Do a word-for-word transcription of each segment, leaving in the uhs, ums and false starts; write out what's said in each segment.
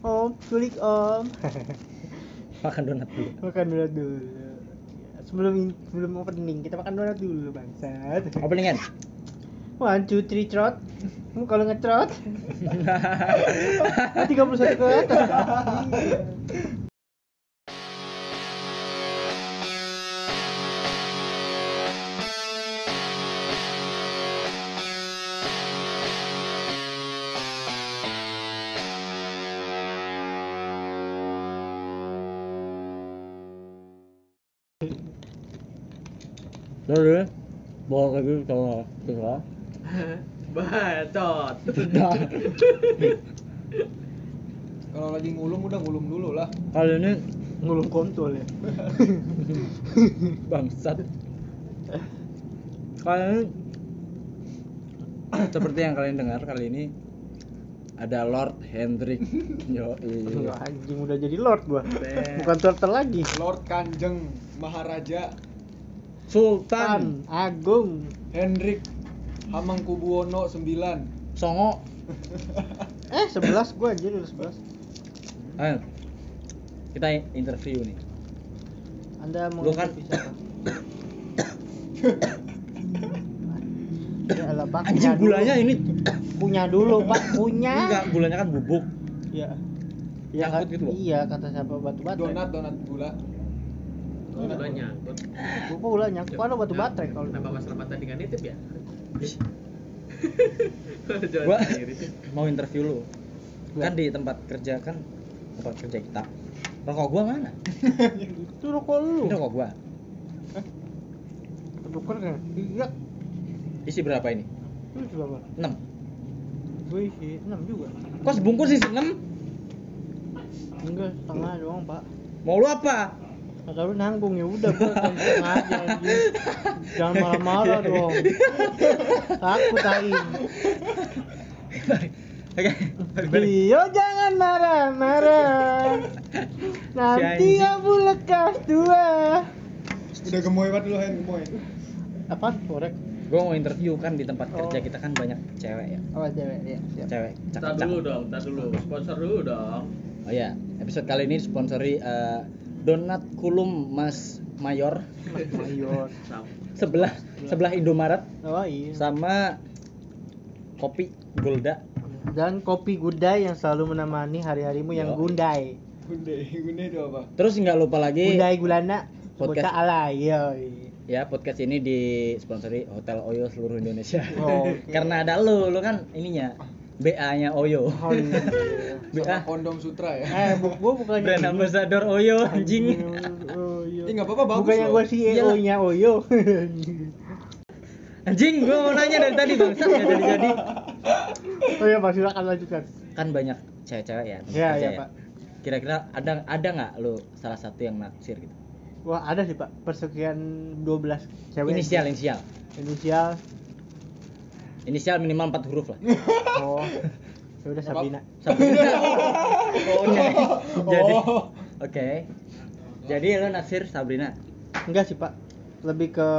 Om, culik om. Makan donat dulu. Makan donat dulu. Sebelum in- sebelum opening kita makan donat dulu bangsat. Openingan. One, two, three, trot. Kamu kalau ngetrot tiga puluh satu ke atas. Lalu bawa lagi kalau kita. Bacot. Kalau lagi ngulum udah ngulum dulu lah. Kali ini Ngulung kontol ya. bangsat. Kali ini seperti yang kalian dengar kali ini ada Lord Hendrik. Yo, Enggak, anjing udah jadi lord gua. Bukan turtle lagi. Lord Kanjeng Maharaja Sultan Tan Agung. Hendrik Hamengkubuwono sembilan. Songo. Eh sebelas gua anjir udah sebelas. Ayo. Kita interview nih. Anda mau Lu kan- interview siapa? Ya elah, Pak. Anjing Punya gulanya dulu. ini Punya dulu, Pak. Punya. enggak, gulanya kan bubuk. Iya. Iya Nyangkut kan? gitu loh. Iya, kata siapa batu baterai. Donat donat gula. Udah banyak. Gua kok ulah nyangkut ada batu baterai kalau. Kenapa Mas Rahmat tadi nggak nitip ya? Jangan Gua sendiri sih. mau interview lu. Kan di tempat kerja kan tempat kerja kita. Rokok gua mana? Itu rokok lu. Ini rokok gua. Tuker kan? Iya. Isi berapa ini? Lu berapa? enam. Gue isi enam juga. Kok sebungkus isi enam? Enggak, setengah doang, Pak. Mau lu apa? Kata lu nanggung ya udah gua kan setengah aja anjing. Jangan marah-marah dong. Takut aing. Oke, balik balik. Iya, jangan marah-marah. Nanti Si anjing. aku lekas dua. Udah gemoy banget lu Hen, gemoy. Apa? Korek. Gua mau interview kan di tempat kerja Oh. kita kan banyak cewek ya. Oh, cewek ya. Siap. Cewek Tar cakep-cakep. dulu dong, tar dulu. Sponsor dulu dong. Oh iya, episode kali ini disponsori eh, Donat Kulum Mas Mayor Mas Mayor. Sam. sebelah sebelah Indomaret Oh iya. sama kopi Golda. Dan kopi Gudai yang selalu menemani hari-harimu yang Yo. gundai. Gunde, gunde itu apa? Terus nggak lupa lagi Gundai gulana. Podcast. Bocah alay. Yo. ya podcast ini disponsori Hotel Oyo seluruh Indonesia. Oh, oke. Karena ada lu, lu kan ininya B A-nya Oyo. Oh iya. B Sama A kondom sutra ya. Eh, bu gua bukannya brand ambassador Oyo anjing. Oh iya. Eh, nggak apa-apa, bagus Bukannya loh. gua C E O-nya Oyo. Anjing, gua mau nanya dari tadi bangsat nggak jadi-jadi. Oh iya, Pak, silakan lanjutkan. Kan banyak cewek-cewek ya. tempat Iya, kerja iya, ya. Pak. Kira-kira ada ada nggak lu salah satu yang naksir gitu? Wah, ada sih, Pak. Persekian dua belas cewek. Inisial, inisial. Inisial. Inisial minimal empat huruf lah. Oh. Ya udah Sabrina. Sabrina. Oke. Jadi Oh. oke. Jadi lu naksir Sabrina. Enggak sih, Pak. Lebih ke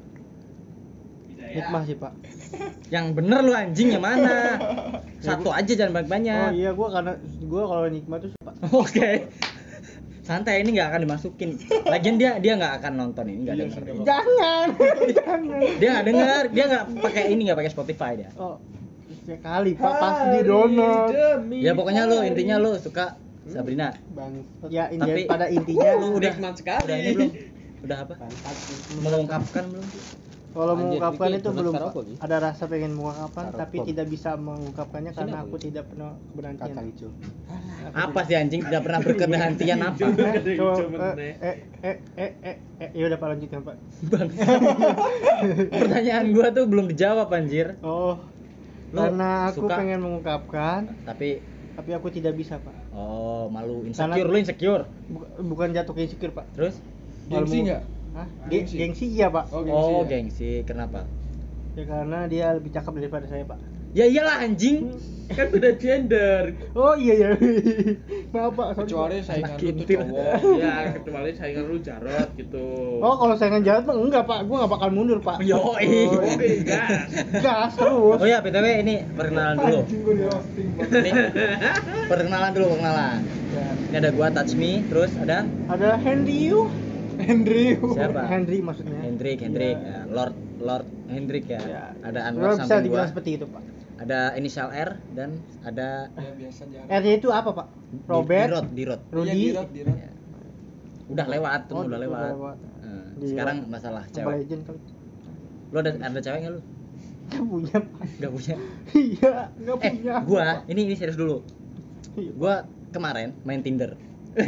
hikmah sih, Pak. Yang bener lu anjing yang mana? Satu aja jangan Oh banyak-banyak. iya, gua karena gua kalau nikmat tuh Pak. Oke. Santai, ini nggak akan dimasukin. Lagian dia dia nggak akan nonton ini, nggak Iya, denger. sudah. Jangan. Jangan. Dia nggak denger, dia nggak pakai ini, nggak pakai Spotify dia. Oh. Sekali, Pak, pasti di download. Ya pokoknya lu intinya lu suka Sabrina. Bang. Ya, ini Tapi- pada intinya Lu udah Nikmat sekali. Udah ini belum? Udah apa? Mengungkapkan belum? kalau Anjir, mengungkapkan Vicky, itu donat belum, karaoke, Pak. Gi. Ada rasa pengen mengungkapkan Karaoke. tapi tidak bisa mengungkapkannya Sini karena apa, aku Gi? tidak pernah keberanian. Kacang hijau. Apa sih anjing tidak pernah berkeberhentian apa? Eh, coba, Cuman, eh, eh, eh, eh, eh, eh, ya udah Pak, lanjutkan, Pak. Bang. Pertanyaan gua tuh belum dijawab anjir. Oh, Lu karena aku suka- pengen mengungkapkan Tapi tapi aku tidak bisa, Pak. oh malu Karena- insecure lu insecure. Buk- bukan jatuh ke insecure, Pak. Terus? Kalau Gengsi mau- nggak? Hah? Ge- Gengsi. gengsi iya, Pak. Oh, gengsi. Oh ya? gengsi, kenapa? Ya karena dia lebih cakep daripada saya, Pak. Ya iyalah anjing. Kan beda gender. Oh iya ya. Maaf Pak, sorry, Kecuali Pak. saingan Anak lu tuh kintil. cowok. Ya kecuali saingan lu Jarot gitu. Oh, kalau saingan jahat mah enggak Pak, gua enggak bakal mundur Pak. Yoi. Oh, Oke, gas. gas terus. Oh ya, B T W ini perkenalan dulu. Anjing gua di roasting banget. Ini perkenalan dulu, perkenalan. Ini ada gua Touch Me, terus ada Ada Henry Yu. Andrew. siapa? Henry maksudnya. Hendrik, Hendrik, Iya. ya. Lord Lord Hendrik ya. Ya. Ada Lo Anwar bisa samping dibilang gua. seperti itu Pak. Ada inisial R dan ada Ya biasa aja. R-nya itu apa Pak? Robert, Dirot, Dirot. Rudy. Iya, dirot, dirot. Ya. Udah lewat tuh, Oh, udah udah lewat. lewat. Eh, Dirot. sekarang masalah Mobile cewek. Legend kali. Lu ada ada cewek enggak lu? Enggak punya Pak. Enggak punya. Iya, enggak Eh, punya. gua ini ini serius dulu. Iya. Gua kemarin main Tinder.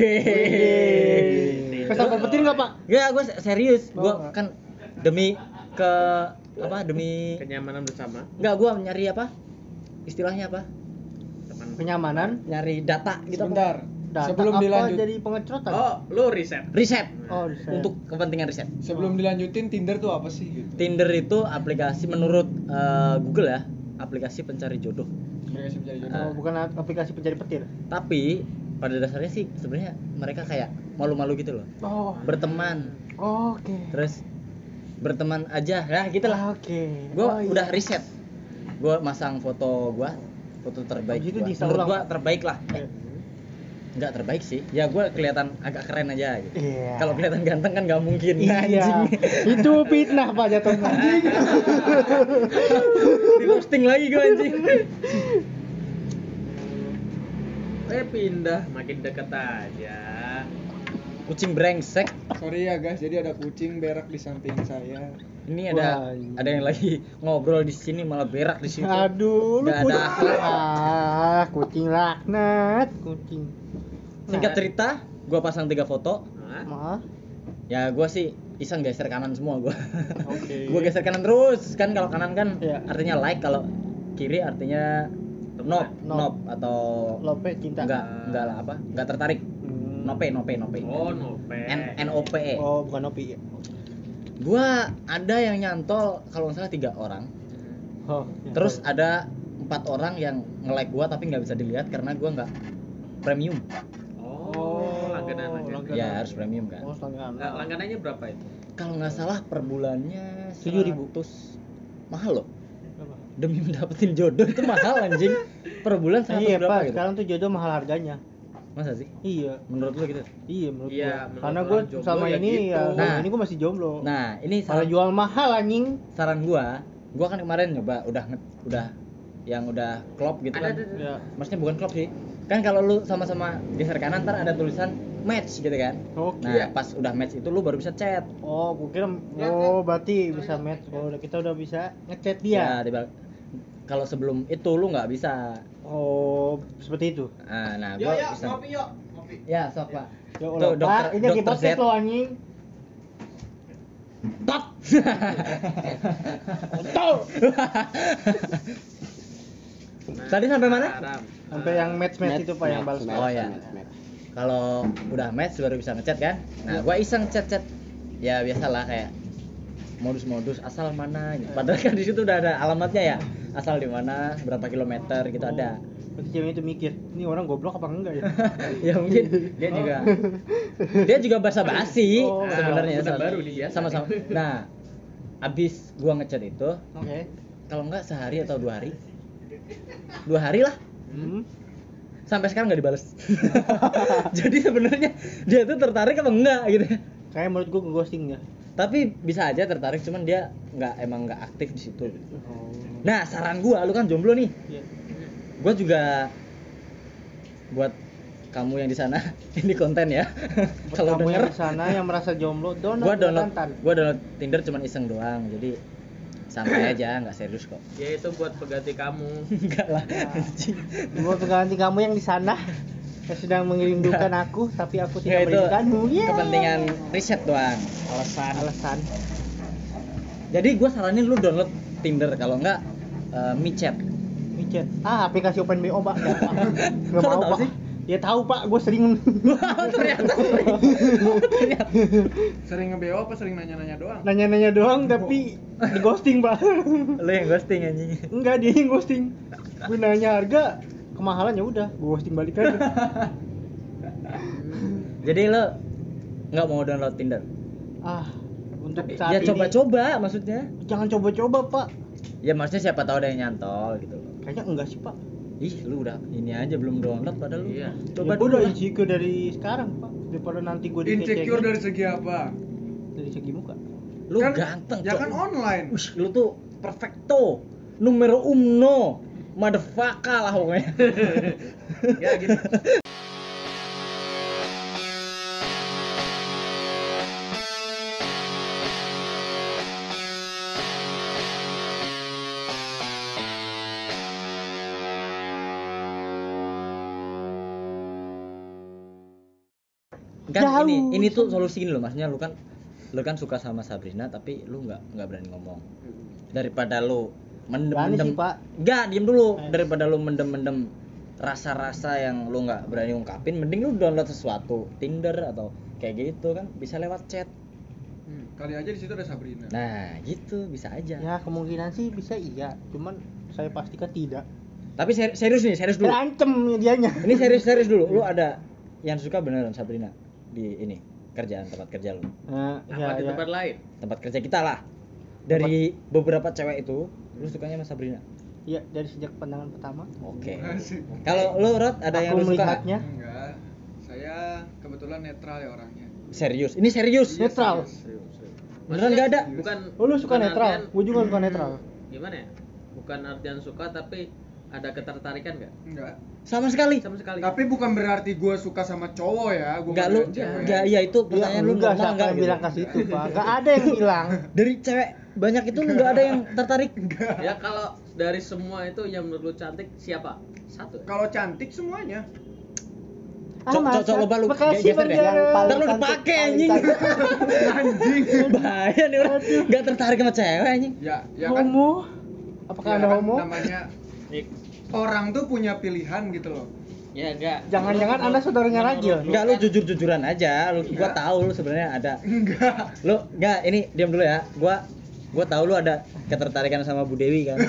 Wih. Kesambar petir enggak Pak? Enggak, gua serius. Oh, Gua enggak. kan demi ke apa? Demi Kenyamanan bersama enggak gua nyari apa? Istilahnya apa? teman. Kenyamanan. Nyari data gitu. Sebentar. Data Sebelum apa dilanjut, jadi pengecerotan? Oh, lu riset. Riset. Oh, riset. Untuk kepentingan riset. sebelum dilanjutin Tinder tuh apa sih gitu? Tinder itu aplikasi menurut eh, Google ya, aplikasi pencari jodoh. Aplikasi mencari jodoh. Oh, bukan aplikasi pencari petir. Tapi pada dasarnya sih sebenarnya mereka kayak malu-malu gitu loh. Oh. Berteman, Oke. terus berteman aja, ya gitulah. Oke. Gue Oh, iya. udah riset, gue masang foto gue, foto terbaik Habis itu gua. diulang, Menurut gue Pak? terbaik lah. Eh, nggak terbaik sih, ya gue kelihatan agak keren aja gitu. Iya. Kalau kelihatan ganteng kan nggak mungkin. Iya. Anjing. Itu fitnah Pak jatuhnya. Anjing. Di roasting lagi gue anjing. Eh pindah makin deket aja. Kucing brengsek. Sorry ya guys, jadi ada kucing berak di samping saya. Ini ada Wah, iya. ada yang lagi ngobrol di sini malah berak di situ. Aduh, lu Nggak ada kucing. akhlak. Ah, kucing laknat, kucing. Singkat Nah, cerita, gua pasang tiga foto. Hah? Maaf. Ya gua sih iseng geser kanan semua gua. Oke. Gua geser kanan terus. Kan kalau kanan kan Iya. artinya like, kalau kiri artinya nope, Nope. nope atau Lope cinta. enggak enggak lah apa? Enggak tertarik. Hmm. Nope, nope, nope. Oh, nope. N N O P E. Oh, bukan Nopi. Ya. Gua ada yang nyantol kalau nggak salah tiga orang. Oh. Terus ada empat orang yang nge-like gua tapi nggak bisa dilihat karena gua nggak premium. Oh, langganan aja. langganan. Ya harus premium kan. Oh, langganan. Nah, langganannya berapa itu? Kalau nggak salah per bulannya tujuh ribu. seratus. Mahal loh. Berapa? Demi mendapetin jodoh itu mahal anjing. Per bulan seratus Iya, berapa Pak. gitu. Sekarang tuh jodoh mahal harganya. Masa sih? Iya. Menurut lu gitu? Iya menurut Iya, gua. menurut Karena orang gue jomblo sama ya ini gitu. ya, Nah. ini gue masih jomblo. Nah, ini Kalau saran jual mahal anjing. saran gua, gua kan kemarin nyoba udah nge- udah yang udah klop gitu Ada, kan. ada, ada. Ya. Maksudnya bukan klop sih. Kan kalau lu sama-sama geser kanan ntar ada tulisan match gitu kan. Oke. Nah, pas udah match itu lu baru bisa chat. Oh, gue kira oh berarti bisa match. Kalau udah kita udah bisa ngechat Ya, dia. tiba kalau sebelum itu lu nggak bisa. Oh, seperti itu. Nah, nah gua bisa. yuk. Ngopi. Ya, sok, Pak. Ya Tuh, Allah, dokter, Pak, ini lagi dokter podcast Z. lo anjing. Tot. Tol. Tadi sampai mana? Haram. Sampai yang match-match itu Pak yang balas. Oh ya. Kalau udah match baru bisa ngechat kan. Nah, gua iseng chat-chat. Ya biasalah kayak modus-modus asal mana gitu. Padahal kan di situ udah ada alamatnya ya. Asal di mana, berapa kilometer gitu Oh. ada. Berarti cewek itu mikir, ini orang goblok apa enggak ya? Ya mungkin dia juga dia juga basa-basi Oh. sebenarnya. Udah sama- baru dia. Sama-sama. Nah, abis gua ngechat itu, Oke. kalau enggak sehari atau dua hari. Dua hari lah. Hmm. Sampai sekarang nggak dibales. Jadi sebenarnya dia tuh tertarik apa enggak gitu. Kayak menurut gue ghosting ya. Tapi bisa aja tertarik, cuman dia nggak emang nggak aktif di situ. Oh. Nah, saran gua, lu kan jomblo nih. Iya. Gua juga buat kamu yang di sana, ini konten ya. Buat Kalau kamu denger, yang di sana yang merasa jomblo, download gua download, mantan. gua download Tinder cuman iseng doang. Jadi santai aja, nggak serius kok. Ya itu buat pengganti kamu. Enggak lah. Nah. anjing. Buat pengganti kamu yang di sana yang sedang merindukan aku, tapi aku Ya, tidak itu merindukanmu. Yeah. kepentingan riset doang. Alasan. Alasan. Jadi gua saranin lu download Tinder, kalau enggak uh, micet. Micet. Ah, aplikasi Open B O, Pak. Nggak, Pak. Nggak Kok lu mau, tahu Pak. sih? Ya tahu, Pak. Gue sering. Ternyata sering. Ternyata. Sering nge-B O apa sering nanya-nanya doang? Nanya-nanya doang, tapi di ghosting, Pak. Lu yang ghosting anjing. Enggak, dia yang ghosting. Gue nanya harga, kemahalan ya udah, gue ghosting balik aja. Jadi lo nggak mau download Tinder? Ah, untuk saat Ya ini coba-coba maksudnya. jangan coba-coba, Pak. Ya maksudnya siapa tahu ada yang nyantol gitu. Kayaknya enggak sih, Pak. Ih, lu udah ini aja belum download padahal lu. Iya. Coba Ya, gua dulu udah lah. insecure dari sekarang, Pak. Daripada nanti gue dikecengin. Insecure dari segi apa? Dari segi muka. Lu Kan- ganteng, ya Cok. kan online. Ush, lu tuh perfecto. Numero uno. Motherfucker lah pokoknya. Ya gitu. Kan Jauh. ini ini tuh solusi gini loh, maksudnya lu kan lu kan suka sama Sabrina tapi lu nggak nggak berani ngomong. Daripada lu Berani mendem-mendem. sih, Pak. Enggak, diem dulu. Eh. Daripada lu mendem-mendem rasa-rasa yang lu nggak berani ungkapin, mending lu download sesuatu, Tinder atau kayak gitu kan bisa lewat chat. Hmm, kali aja di situ ada Sabrina. Nah, gitu bisa aja. Ya, kemungkinan sih bisa iya, cuman saya pastikan tidak. Tapi ser- serius nih, serius dulu. Terancem dianya. Ini serius-serius dulu. Lu ada yang suka beneran Sabrina di ini kerjaan tempat kerja lu? Nah, Apa di ya, tempat ya. lain? Tempat kerja kita lah. Dari beberapa cewek itu, lu sukanya sama Sabrina? Iya, dari sejak pandangan pertama. Oke. Asik. Kalau lu Rod ada yang Aku lu suka? melihatnya. Enggak. Saya kebetulan netral ya orangnya. Serius. Ini serius. Iya, Netral. serius. Beneran nggak ada? Bukan. Oh, lu suka bukan netral? artian- Gue juga suka netral. Gimana ya? Bukan artian suka tapi ada ketertarikan nggak? Enggak. Sama sekali. Sama sekali. Tapi bukan berarti gue suka sama cowok ya. Gua Enggak nggak lu. bilang cewek. Enggak, iya itu Iya, pertanyaan lu enggak, normal siapa enggak yang gitu. bilang ke situ, Pak? Enggak ada yang bilang. Dari cewek banyak itu lu enggak ada yang tertarik. Ya kalau dari semua itu yang menurut lu cantik siapa? Satu. Kalau cantik semuanya. Cok, cok, cok, lupa lu. Bekasi Geser deh. Banjar. Ntar lu dipake, anjing. Anjing. Bahaya nih orang. Enggak tertarik sama cewek anjing. Ya, ya kan. Homo? Apakah Ya Anda kan homo? Namanya orang tuh punya pilihan gitu loh. Ya enggak. Jangan-jangan Anda saudaranya Ragil? Enggak, lu jujur-jujuran aja. Lu gua Iya. tahu lu sebenarnya ada. Enggak. Lu enggak, ini diam dulu ya. Gua gua tahu lu ada ketertarikan sama Bu Dewi kan.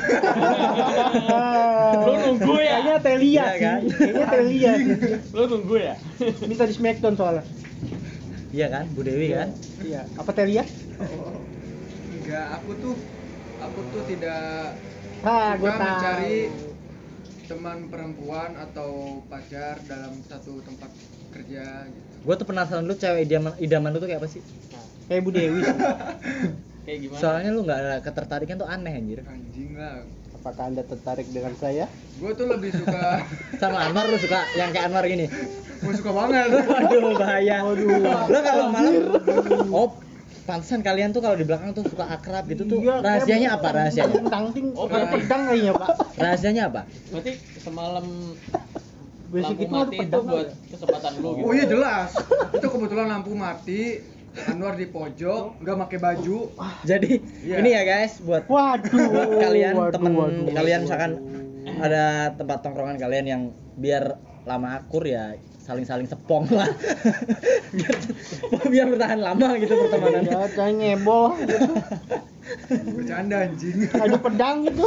Lu nunggu ya? Kayaknya Telia Iya, sih. kan? Kayaknya Telia sih. Lu nunggu ya? Minta di Smackdown soalnya. Iya kan, Bu Dewi kan. Iya. Apa Telia? Enggak, aku tuh aku tuh tidak Ah, gue suka tahu. mencari teman perempuan atau pacar dalam satu tempat kerja gitu. Gua tuh penasaran lu cewek idaman idaman lu tuh kayak apa sih? Kayak Bu Dewi sih. Kayak gimana? Soalnya lu nggak ada ketertarikan tuh aneh anjir. Anjing lah. Apakah Anda tertarik dengan saya? Gue tuh lebih suka Sama Anwar lu suka yang kayak Anwar gini. gue suka banget. Waduh bahaya. Waduh. Lu kalau malam oh pantesan kalian tuh kalau di belakang tuh suka akrab gitu tuh. Iya, Rahasianya kayak apa rahasianya? Tangting, Oh, ada berarti- pedang kayaknya, Pak. Rahasianya apa? Berarti semalam Basic lampu itu ada mati itu pedang. buat kesempatan lu gitu. Oh iya jelas. Itu kebetulan lampu mati, Anwar di pojok, nggak pakai baju. Jadi Iya. ini ya guys buat Waduh. buat kalian waduh, temen waduh, kalian waduh. misalkan ada tempat tongkrongan kalian yang biar lama akur ya saling-saling sepong lah. biar, biar bertahan lama gitu pertemanan. Ya, kayak ngebol gitu. Bercanda anjing. Ada pedang gitu.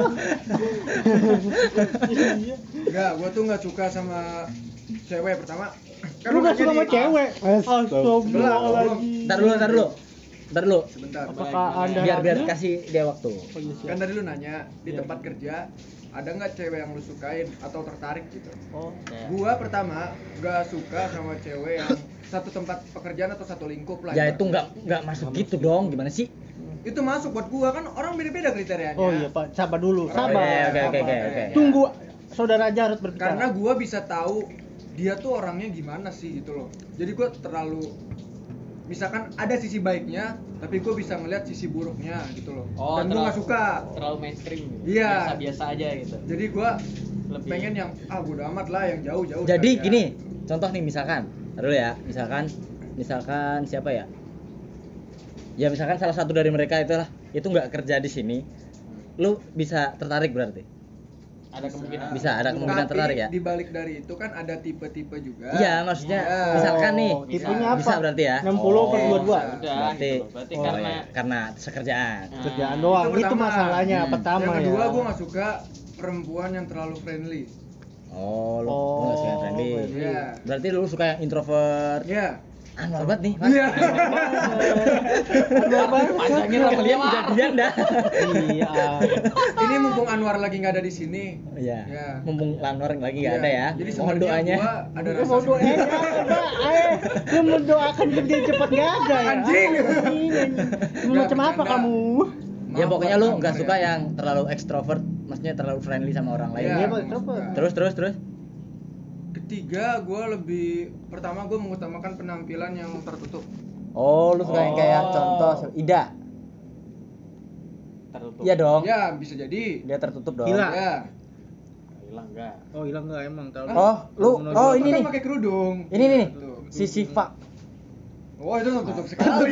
Iya. Enggak, gue tuh nggak suka sama cewek pertama. Kan Lu gak rumahnya suka sama di- cewek? Belum, Astagfirullahaladzim. Ntar dulu, ntar dulu. Ntar dulu. Sebentar. Apakah Anda Biar biar Ragil? kasih dia waktu. Oh, iya, siap. Kan tadi lu nanya di Iya. tempat kerja ada nggak cewek yang lu sukain atau tertarik gitu. Oh. Gua pertama nggak suka sama cewek yang satu tempat pekerjaan atau satu lingkup lah. Ya ibaratnya. itu nggak nggak masuk gitu dong. Gimana sih? Itu masuk buat gua kan orang beda-beda kriterianya. Oh iya, Pak. Sabar dulu. Sabar. Oke, oke, oke, Sabar. oke. Tunggu saudara aja harus berbicara. Karena gua bisa tahu dia tuh orangnya gimana sih gitu loh. Jadi gua terlalu misalkan ada sisi baiknya, tapi gue bisa ngeliat sisi buruknya gitu loh. Oh, Dan gue terlalu- nggak suka. Terlalu mainstream. gitu. Iya. Biasa-biasa aja gitu. Jadi gue Lebih- pengen yang ah bodo amat lah yang jauh-jauh. Jadi saja. gini, contoh nih misalkan, ntar dulu ya, misalkan, misalkan siapa ya? Ya misalkan salah satu dari mereka itulah, itu nggak kerja di sini, lu bisa tertarik berarti? Ada kemungkinan. Bisa, ada kemungkinan Tapi tertarik ya? di balik dari itu kan ada tipe-tipe juga. Iya, maksudnya Iya. misalkan nih, Oh, tipenya apa? bisa berarti ya? enam puluh per Oh, dua puluh dua. Udah, Berarti, gitu. Berarti oh, karena ya, karena sekerjaan. Nah, Kerjaan doang. Itu, pertama. masalahnya Hmm. pertama yang ya. kedua gue nggak suka perempuan yang terlalu friendly. Oh, lu Oh, lu nggak suka yang friendly. friendly. Iya. Ya. Berarti lu suka yang introvert. Ya. Anwar banget nih, Mas. Iya. Anwar banget. Panjangin lah Kalian kejadian dah. Iya. Ini mumpung Anwar lagi nggak ada di sini. Iya. Ya. Mumpung Lanwar lagi nggak Iya. ada ya. Jadi Mohon sebenarnya doanya. gua ada Lu rasa mau doain sebenarnya- apa? Ayo, lu mendoakan dia cepat nggak ada ya? Anjing. Anjing, anjing. Lu Nggak, macam apa bercanda. kamu? Ya Maaf pokoknya buat lu Anwar nggak ya. suka yang terlalu ekstrovert, maksudnya terlalu friendly sama orang lain. Iya, Iya, nggak Pak, coba. suka. Terus terus terus. Ketiga, gue lebih pertama gue mengutamakan penampilan yang tertutup. Oh, lu suka yang kayak Oh. contoh Ida. Tertutup. Iya dong. Ya bisa jadi. Dia tertutup dong. Gila. Ya. Hilang enggak? Oh, hilang nggak emang tahu. Oh, lu Menonjol. oh Lu ini kan nih. pakai kerudung. Ini nih nih. Tuh. Si Siva. Oh itu tertutup sekali.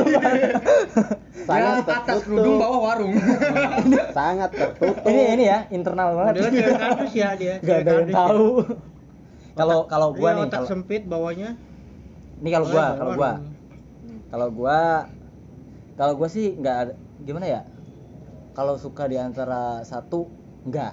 Sangat Ya, atas tertutup. kerudung bawah warung. Sangat tertutup. Ini ini ya internal banget. Modelnya cewek kardus ya dia. Gak cewek ada yang kardus ya. tahu. Kalau kalau gua Iya, nih, otak kalau sempit bawahnya. ini kalau gua, Oh, kalau warung. gua, kalau gua, kalau gua sih nggak ada, gimana ya? Kalau suka di antara satu, enggak.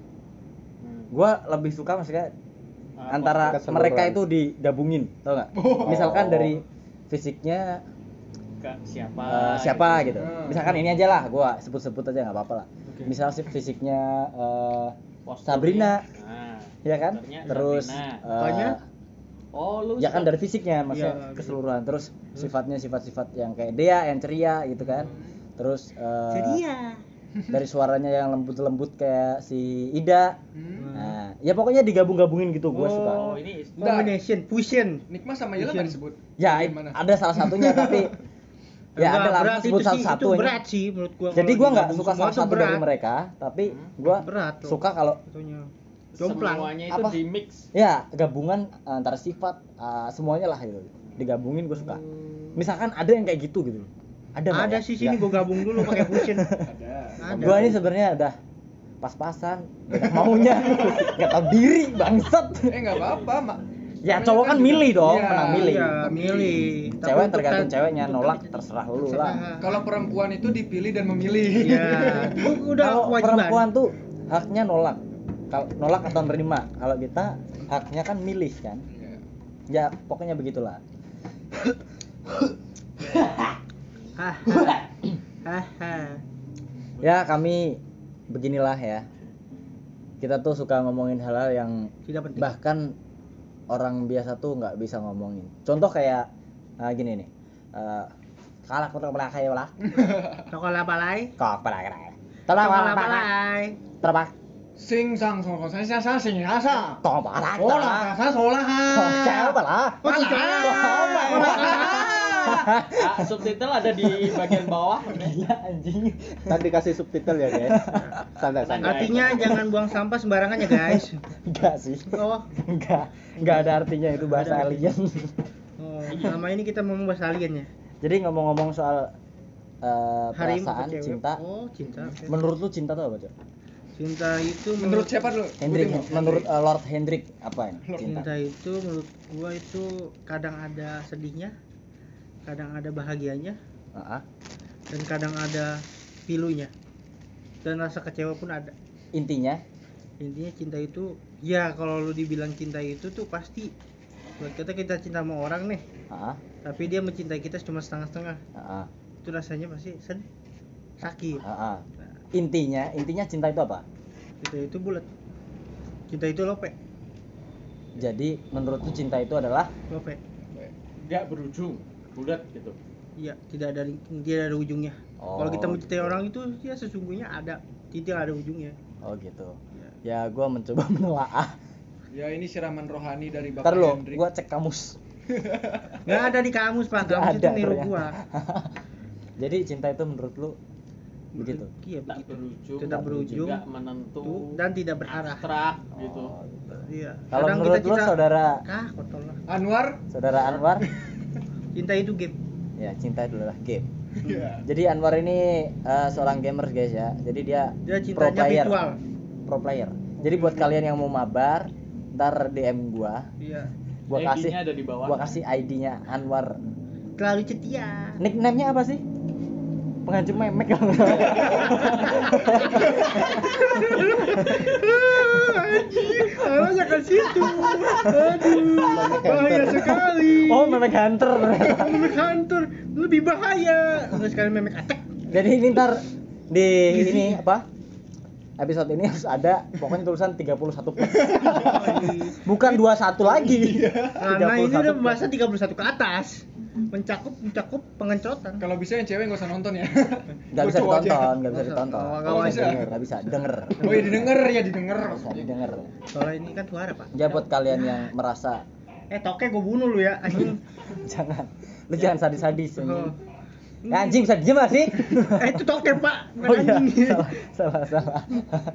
Gua lebih suka maksudnya Apa? antara Keseluruhan. mereka itu digabungin, tau nggak? Oh. Misalkan dari fisiknya Ke siapa? eh, siapa gitu. Hmm. Misalkan ini aja lah, gua sebut-sebut aja nggak apa-apa lah. Oke. Misal sih fisiknya eh, Posturnya. Sabrina, Nah, ya kan? posturnya Terus Sabrina. eh, Apanya? Oh, lu ya suka- kan dari fisiknya maksudnya Iya, keseluruhan. Terus sifatnya sifat-sifat yang kayak dia yang ceria gitu kan. Terus eh, Ceria. dari suaranya yang lembut-lembut kayak si Ida. Hmm. Nah, ya pokoknya digabung-gabungin gitu gue suka. Oh, ini Combination, fusion. Nikmas sama Yela nggak disebut. Ya, Gimana? ada salah satunya tapi ya Enggak, ada lah berat sebut itu salah sih, satu itu ini. berat sih menurut gua. Jadi kalau gue nggak digabung suka semua salah tuh satu dari berat. mereka, tapi gue Berat tuh. suka kalau Satunya. Jomplang. semuanya itu Apa? di mix. ya gabungan antara sifat eh, semuanya lah gitu. Digabungin gue suka. Misalkan ada yang kayak gitu gitu. Ada nggak Ada ya? sih sini Nggak. gua gabung dulu pakai fusion. Ada. Ada. Gua ini sebenarnya udah pas-pasan, banyak maunya, nggak tahu diri, bangsat. Eh nggak apa-apa, Mak. Ya Namanya cowok kan juga- milih dong, Iya. menang milih. Iya, milih. Tapi Cewek untuk tergantung kan- ceweknya, untuk nolak kan- terserah lu lah. terserah. Kalau perempuan itu dipilih dan memilih. Iya, itu udah Kalau kewajiban. perempuan tuh haknya nolak, kalau nolak atau nerima. Kalau kita haknya kan milih kan. Iya. Ya pokoknya begitulah. Hah. Hah. hah. Ya kami beginilah ya. Kita tuh suka ngomongin hal-hal yang Tidak penting. bahkan orang biasa tuh nggak bisa ngomongin. Contoh kayak ah, gini nih. Eh kalah kota belakang ya lah. Sekolah balai. Kok belakang. Terbang Sekolah belakang. balai. Terbang. Sing sang song song saya sang sing rasa. Kok belakang. Olah rasa solah. Kok siapa lah? Oh, cincang. Ah, subtitle ada di bagian bawah. Gila anjing. Kan dikasih subtitle ya guys. Santai santai. Artinya jangan buang sampah sembarangan ya guys. Enggak sih. Oh, Enggak. Enggak ada artinya itu bahasa Ada. alien. oh selama ini kita mau membahas alien ya. Jadi ngomong-ngomong soal eh, Harim perasaan, ke cewek. cinta. Oh, cinta. oke. Menurut lu cinta tuh apa, Cok? Cinta itu Menurut siapa dulu? Hendrik, Sebutin, menurut Hendrik. eh, Lord Hendrik apa ini? Lord Cinta. cinta itu menurut gua itu kadang ada sedihnya, kadang ada bahagianya, Heeh. dan kadang ada pilunya. Dan rasa kecewa pun ada. Intinya Intinya cinta itu ya kalau lu dibilang cinta itu tuh pasti buat kita kita cinta sama orang nih, heeh, tapi dia mencintai kita cuma setengah-setengah. heeh, Itu rasanya pasti sedih, sakit. heeh. Intinya, intinya cinta itu apa? Cinta itu bulat. Cinta itu lope, Jadi menurut lu cinta itu adalah lope. Enggak berujung, bulat gitu. Iya, tidak ada tidak ada ujungnya. Oh, Kalau kita mencintai gitu. orang itu ya sesungguhnya ada, tidak ada ujungnya. oh gitu. Ya. Ya gua mencoba menelaah. Ya ini siraman rohani dari Bapak Ntar lo, Hendrik. gua cek kamus. Nggak ada di kamus Pak, Nggak kamus itu ada niru ternyata. gua. Jadi cinta itu menurut lu begitu? Iya, Tak begitu. berujung, Tidak berujung juga menentu, tuh, dan tidak berarah. abstrak gitu. Oh, gitu. Iya. Kalau Kadang menurut kita lu cinta- saudara Ah, kotor lah. Anwar. saudara Anwar, Cinta itu game. ya cinta itu adalah game. Iya. Jadi Anwar ini eh, seorang gamers guys ya. Jadi dia, Dia pro cintanya player. virtual. Pro player. Jadi buat kalian yang mau mabar, ntar D M gua, Iya. gua I D-nya kasih ada di bawah. gua kasih I D-nya Anwar. Terlalu ceria. Nickname-nya apa sih? pengancam memek kalau Arahnya ke situ. Aduh, bahaya sekali. oh memek hunter Memek hunter lebih bahaya. Nggak sekali memek attack. jadi ini ntar di ini apa episode ini harus ada pokoknya tulisan tiga puluh satu plus bukan dua puluh satu lagi. Karena ini udah plus. pembahasan tiga puluh satu ke atas. Mencakup mencakup pengencotan. Kalau bisa yang cewek nggak usah nonton ya. Nggak bisa Gua cowok aja. ditonton, nggak bisa ditonton. Oh, nggak bisa. Nggak bisa denger. Oh ya didengar ya didengar. Bisa didengar. Soalnya ini kan suara, Pak. Ya buat kalian yang merasa Eh, toke gue bunuh lu ya, anjing. jangan, lu jangan sadis-sadis Oh. anjing. Ya, anjing bisa diem gak sih? Eh, itu toke, Pak. Bukan Oh iya, anjing. salah, salah, salah.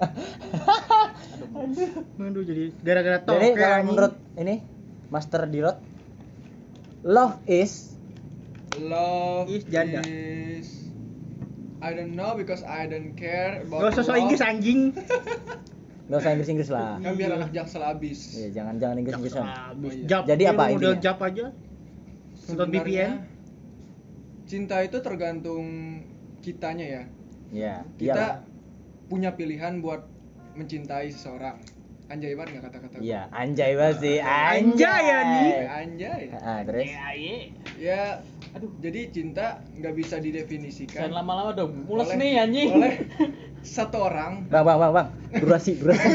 Aduh, jadi gara-gara toke. Jadi kalau anjing. menurut ini Master Dirot, love is Love Is janda. is I don't know because I don't care about Gak usah so love. Inggris anjing. nggak usah Inggris-Inggris lah. Kan biar anak jaksel abis. Iya, jangan jangan Inggris-Inggrisan. Habis Oh, iya. jap. Jadi Dia apa model intinya? jap aja. Nonton V P N. Sebenarnya, cinta itu tergantung kitanya ya. Iya, Kita iyalah. punya pilihan buat mencintai seseorang. Anjay banget nggak kata-kata gua? Iya, anjay banget sih. Anjay, anjing. Anjay. Ah, terus Ya, aduh. Jadi cinta nggak bisa didefinisikan. Jangan lama-lama dong. Mules oleh- nih anjing. Oleh satu orang. Bang, bang, bang, bang. Durasi, durasi.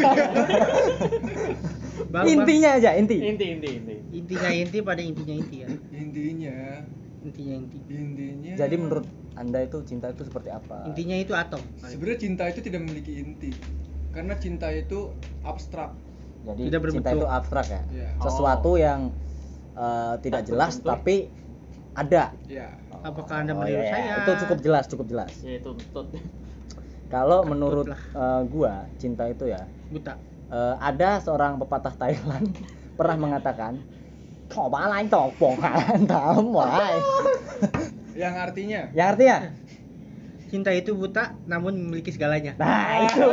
Bang, Intinya aja, inti. Inti inti inti. Bang. Intinya inti pada intinya inti ya. Intinya, Intinya inti. intinya. Jadi menurut Anda itu cinta itu seperti apa? Intinya itu atom. sebenarnya cinta itu tidak memiliki inti. Karena cinta itu abstrak. Jadi Tidak cinta berbentuk. itu abstrak ya. Iya. Sesuatu yang eh, tidak Tak jelas berbentuk. tapi ada. Ya. Apakah Anda Oh, meniru iya, saya? Itu cukup jelas, cukup jelas. Ya itu betul. Kalau Takut menurut lah. eh, gua, cinta itu ya Buta. eh, ada seorang pepatah Thailand pernah mengatakan, "Coba lain topong mulai." Yang artinya Yang artinya, Cinta itu buta namun memiliki segalanya. nah itu.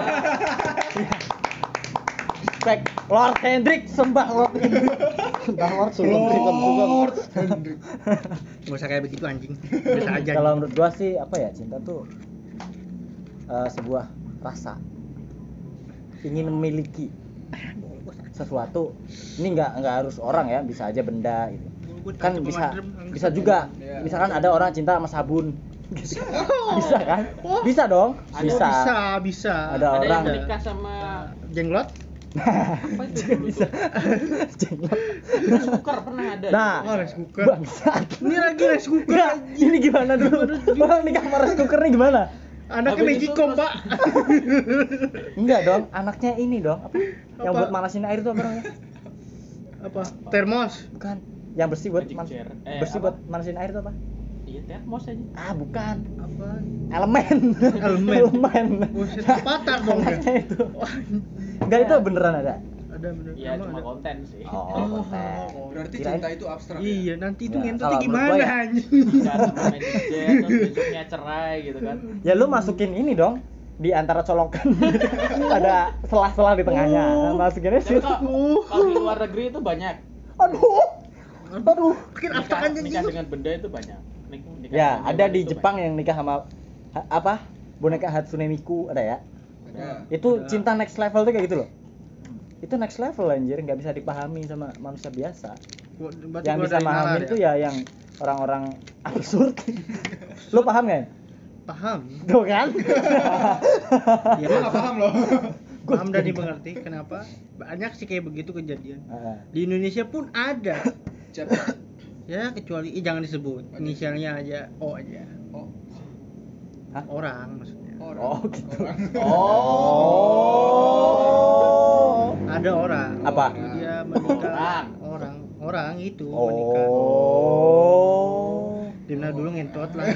Respect Lord Hendrik, sembah Lord Hendrik. Sembah Lord sugeng sugeng sugeng. Gak usah kayak begitu anjing. Biasa aja. Kalau menurut gua sih apa ya, cinta tuh eh, sebuah rasa ingin memiliki sesuatu. Ini nggak nggak harus orang ya, bisa aja benda gitu. Kan bisa bisa juga. Iya. Misalkan ada orang cinta sama sabun. Bisa kan? Bisa dong. Oh, Bisa. bisa, bisa. Ada Ada orang. yang menikah sama jenglot. apa itu dulu Bisa. tuh? Rice cooker pernah ada. Nah, Oh, rice cooker. bangsat. Ini lagi rice cooker. Enggak, ini gimana dulu? Orang nikah sama rice cooker nih gimana? Anaknya Habis Magicom, itu Pak. Enggak dong, anaknya ini dong. Apa? Yang Apa? buat manasin air tuh apa namanya? Apa? Termos. Bukan. Yang bersih buat Magic man- chair. Eh, bersih apa? buat manasin air tuh apa? Iya termos aja. Ah, bukan. Apa? Elemen. Elemen. Elemen. Buset, patah dong. Anaknya itu. Wah, Enggak, itu beneran ada. ada bener. Iya Emang cuma ada? konten sih. Oh, konten. berarti Kirain- cinta itu abstrak. ya? Iya, nanti itu Nggak, ngentotnya kalau menurut gua gimana ya. anjing? Nggak sama magic jet terus besoknya cerai gitu kan. Ya lu masukin ini dong di antara colokan. Ada selah-selah di tengahnya. Oh. Masukinnya Tapi sih. kalau kalau di luar negeri itu banyak. Aduh. Aduh. Makin Nikah, abstrak anjing. nikah dengan benda itu banyak. Nik- nikah Ya, dengan ada hewan di itu Jepang banyak. yang nikah sama ha- apa? Boneka Hatsune Miku ada ya. Ada. Itu Ada. cinta next level tuh kayak gitu loh. Itu next level anjir, nggak bisa dipahami sama manusia biasa. Berarti Yang gua bisa dari nalar mahamin tuh ya yang orang-orang absurd. Lu paham nggak? Paham. Tuh kan? Ya, Gua nggak paham loh. Paham dan dimengerti kenapa banyak sih kayak begitu kejadian. Heeh. Di Indonesia pun ada. Siapa? Ya kecuali ih, jangan disebut. Inisialnya aja O aja. Oh, Hah? Orang maksudnya. orang. Oh, gitu. Orang. Oh. Ada orang. Apa? Dia menikah Orang. orang. Orang itu menikah. Oh. Dimana dulu ngentot lah.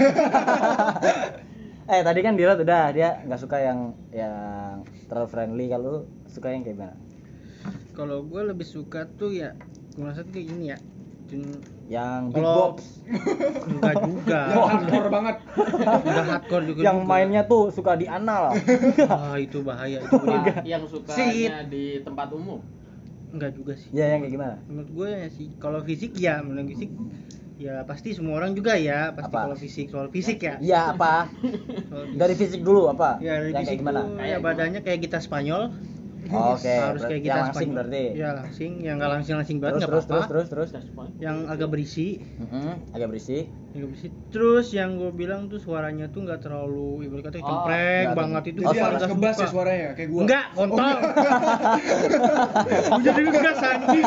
Eh tadi kan Dira udah dia nggak suka yang yang terlalu friendly, kalau lu suka yang kayak gimana? Kalau gue lebih suka tuh ya merasa tuh kayak gini ya. Cun- Yang big Kalau- box, enggak juga. Yang hardcore banget. Udah hardcore juga. yang juga. mainnya tuh suka di anal. Ah, itu bahaya itu. Nah, yang sukanya Sit. di tempat umum. Enggak juga sih. Ya yang kayak gimana? Menurut gue ya sih kalau fisik ya, menurut fisik Ya pasti semua orang juga ya, pasti Apa? kalau fisik, soal fisik ya. Iya apa? Soal fisik. Dari fisik dulu apa? Ya dari yang fisik kayak gimana? tuh, ya badannya kayak kita Spanyol. Oke, Harus berarti kayak kita yang langsing Spanyol. berarti. Ya langsing, yang nggak langsing-langsing banget Terus nggak terus, apa-apa. terus terus terus Yang agak berisi, Mm-mm, agak berisik. yang berisi. Terus yang gue bilang tuh suaranya tuh nggak terlalu ibarat kata Oh, cempreng nggak banget itu. Jadi gua harus nggak ngebas suka. ya suaranya kayak gua. Enggak, kontol. Gua jadi ngegas anjing.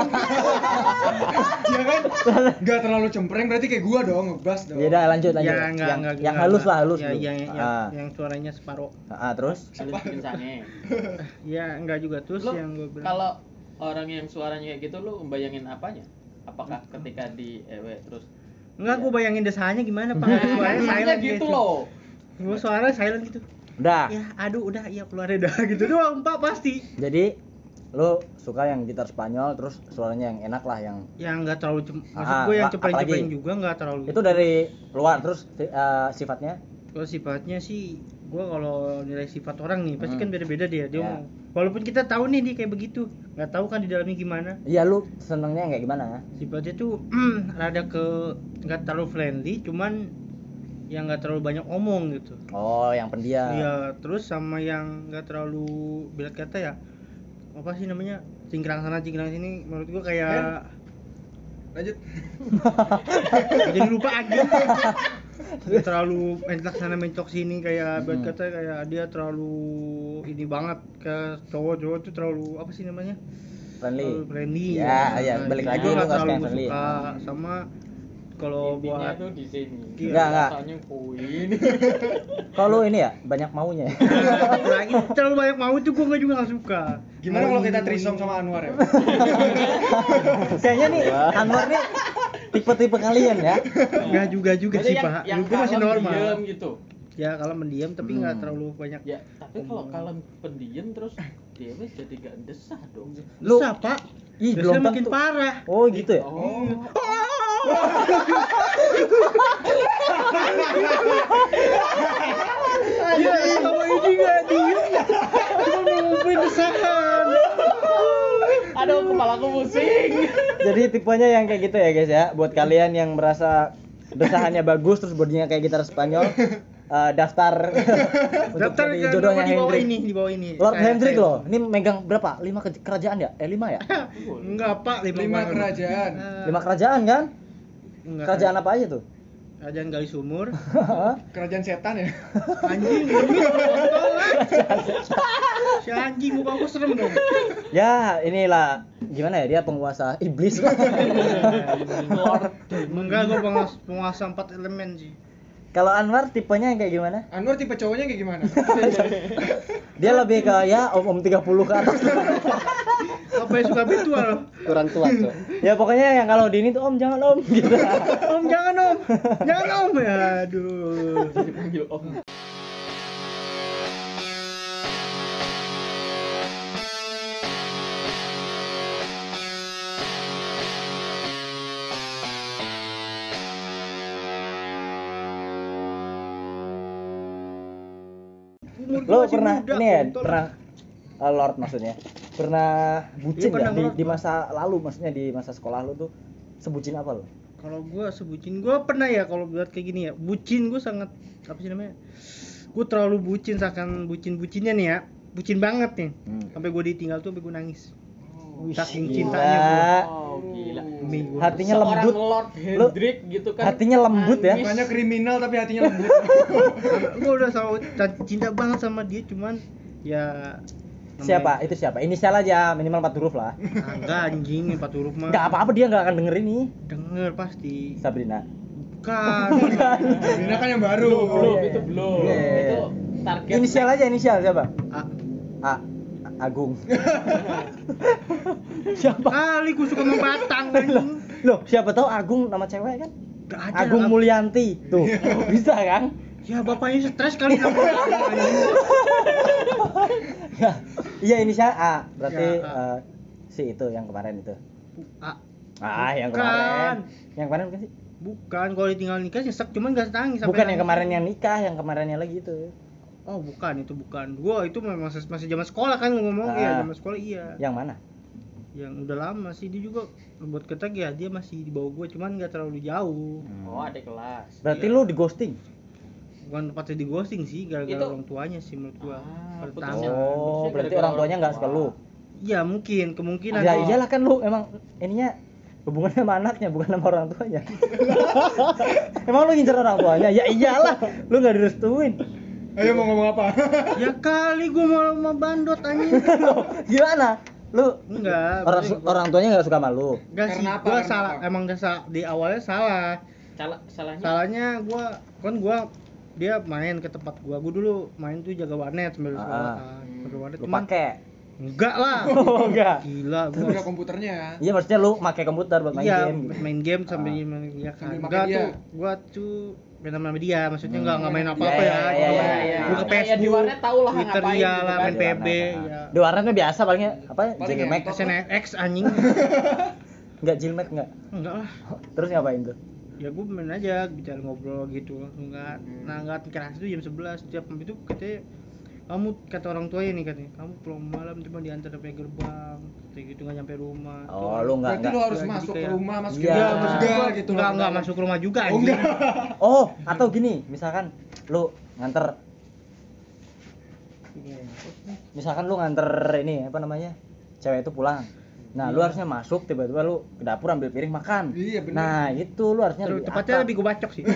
Ya kan? Enggak terlalu cempreng berarti kayak gua dong, ngebas dong. Ya udah lanjut lanjut. Ya enggak yang, enggak. yang enggak, halus enggak. lah, halus Ya, dulu. yang, yang, Ah. yang suaranya separuh. Ah, terus? Halus bikin sange. Ya enggak juga terus Lu yang gue bilang. kalau orang yang suaranya kayak gitu lu bayangin apanya? Apakah ketika di E W terus Enggak, gue bayangin desanya gimana Pak. Nah, Suaranya maksudnya silent gitu gitu loh. Gue suara silent gitu. Udah. Ya, aduh udah iya keluar dah gitu doang Pak pasti. Jadi lu suka yang gitar Spanyol terus suaranya yang enak lah yang Yang enggak terlalu cem- maksud Ah, gue yang apa- cepreng-cepreng apalagi? juga enggak terlalu. itu dari luar terus eh, sifatnya Kalau sifatnya sih gue kalau nilai sifat orang nih pasti Hmm. kan beda-beda dia. Dia Ya. mau walaupun kita tahu nih dia kayak begitu, nggak tahu kan di dalamnya gimana. iya lu senengnya yang kayak gimana? Sifatnya tuh rada ke nggak terlalu friendly, cuman yang nggak terlalu banyak omong gitu. Oh, yang pendiam. Iya, terus sama yang nggak terlalu bilat kata ya apa sih namanya cingkrang sana cingkrang sini menurut gua kayak Lanjut. jadi lupa aja. Dia terlalu mencok sana mencok sini kayak bilat Hmm. kata kayak dia terlalu ini banget ke cowok-cowok tuh terlalu apa sih namanya Friendly. terlalu friendly. Ya, ya, Nah, balik jadi lagi gua lu nggak nggak suka terlalu yang friendly. suka sama kalau intinya buat tuh di sini. Iya. Enggak, enggak. Rasanya kuin. Kalau lu ini ya banyak maunya. ya? lagi terlalu banyak mau tuh gue juga nggak suka. Gimana kalau kita threesome sama Anwar ya? Kayaknya nih Anwar nih tipe-tipe kalian ya. Nggak juga juga Berarti sih yang, Pak. yang Gue masih kalem normal. diem gitu. Ya kalau mendiam tapi nggak Hmm. terlalu banyak. Ya, tapi kalau kalem pendiam terus dia wes jadi gak desah dong. Lu- Susah Pak. Ih, Biasanya belum makin tentu. parah. Oh, gitu ya? Oh. Iya, sama ini nggak diem. Cuma ngomongin desakan. Aduh, kepalaku pusing. Jadi tipenya yang kayak gitu ya, guys ya. Buat kalian yang merasa desahannya bagus terus bodinya kayak gitar Spanyol, eh, daftar untuk Daftar jadi ke jodohnya di bawah Hendrik. ini, di bawah ini. Lord Saya- Hendrik saya- loh. Ini megang berapa? Lima ke- kerajaan ya? Eh, lima ya? Enggak Pak, lima, Lima banget. kerajaan. Eh, Lima kerajaan kan? enggak, Kerajaan apa aja tuh? Kerajaan Gali Sumur. Kerajaan setan ya. Anjing, demi kontol lah. Si anjing muka aku serem dong. Ya, inilah gimana ya, dia penguasa iblis. Lord. Enggak, gue penguasa, penguasa empat elemen sih. Kalau Anwar tipenya yang kayak gimana? Anwar tipe cowoknya kayak gimana? Dia lebih ke ya om-om tiga puluh ke atas. Apa yang suka virtual? Kurang tua, Cok. Ya pokoknya yang kalau di ini tuh om jangan om gitu. Om jangan om, jangan om ya, aduh. Dipanggil om. Umur gua Lo masih pernah muda, ini ya, kontol. pernah uh, Lord maksudnya. Pernah bucin Iya, pernah ya di, Lord. di masa lalu, maksudnya di masa sekolah lu tuh sebucin apa lo? Kalau gua sebucin, gua pernah ya kalau buat kayak gini ya. Bucin gua sangat apa sih namanya? Gua terlalu bucin, seakan bucin-bucinnya nih ya. Bucin banget nih. Hmm. Sampai gua ditinggal tuh sampai gua nangis. Wih, Saking gila. cintanya gua. Oh, gila. Demi gua. Hatinya Seorang lembut. Lord Hendrik gitu kan. hatinya lembut ya. nangis. Bukannya kriminal tapi hatinya lembut. Gua udah selalu cinta banget sama dia, cuman ya Siapa? Itu siapa? Inisial aja, minimal empat huruf lah. Enggak anjing, empat huruf mah. Enggak apa-apa, dia enggak akan denger ini. Denger pasti. Sabrina. Bukan. Ini kan yang baru. Belum, belum, iya. itu belum. Iya, iya, Itu iya. target. Inisial aja, inisial siapa? A. A. Agung. Siapa? Kali gua suka sama Batang anjing. Loh, siapa tahu Agung nama cewek kan? Gak ada. Agung lah. Mulyanti. Tuh, bisa kan? Ya bapaknya stres kali nama anjing. Ya, iya inisial A. Berarti Ya, A. eh, si itu yang kemarin itu. A. Ah, yang Bukan. kemarin. Yang kemarin bukan sih? Bukan, kalau ditinggal nikah nyesek, cuman gak nangis sampai Bukan yang nangis. kemarin yang nikah, yang kemarinnya lagi itu. Oh, bukan, itu bukan. Gua itu memang masih masih zaman sekolah kan lu ngomong. Ah. Iya, zaman sekolah iya. Yang mana? yang udah lama sih, dia juga buat ketek ya, dia masih di bawah gue, cuman nggak terlalu jauh. Oh, adik kelas. Berarti Iya. lu di ghosting? Bukan tepatnya di ghosting sih, gara-gara Itu- orang tuanya sih menurut gua. Ah, Pertama. putusnya. Oh, Maksudnya berarti gara-gara orang tuanya nggak orang suka lu. Ya mungkin, kemungkinan. Ya sih. iyalah kan lu emang ininya hubungannya sama anaknya bukan sama orang tuanya. Emang lu ngincer orang tuanya? Ya iyalah, lu nggak direstuin. Ayo mau ngomong apa? Ya kali gua mau mau bandot anjing. Loh, gimana? Lu Enggak. orang berarti gua- orang tuanya nggak suka sama lu. Enggak sih, Karena apa? gua Karena salah, apa? emang udah salah di awalnya salah. Salah salahnya. Salahnya gua kan gua dia main ke tempat gua. Gua dulu main tuh jaga warnet sambil Ah. sekolah kan. Jaga warnet Lu cuman pakai. enggak lah. Oh, enggak. Gila Lu gua. udah komputernya ya. Iya maksudnya lu pakai komputer buat main Iya, game. gitu. main game sambil Ah. main ya kan. Sambil Enggak pakai tuh, dia. gua tuh main sama dia, maksudnya enggak Hmm. enggak main Iya, apa-apa iya, ya. iya, cuma iya, main- iya. gua ke Ya, ya, di Facebook, warnet tau lah Twitter ngapain iya gitu lah, kan. main Di P B warnet, ya. Di warnetnya biasa palingnya apa? Paling Jilmek. ngentot. S N X anjing. Enggak jilmek enggak. Enggak lah. Terus ngapain tuh? Ya gue main aja, bicara ngobrol gitu. Enggak, nah enggak keras itu jam sebelas. Setiap itu katanya kamu, kata orang tuanya nih katanya, kamu pulang malam cuma diantar sampai gerbang, kayak gitu nggak nyampe rumah. Oh, lu enggak Berarti enggak. lu harus Ya, jadi masuk ke kayak- rumah, masuk Iya, ke Ya, rumah maksud juga gua gitu. enggak loh. enggak masuk rumah juga Oh, anjing. enggak. Oh, atau gini, misalkan lu nganter misalkan lu nganter ini apa namanya? Cewek itu pulang. Nah, lu Iya. harusnya masuk tiba-tiba lu ke dapur ambil piring makan. Iya, bener. Nah, itu lu harusnya Terus lebih tepatnya akrab. lebih gue bacok sih.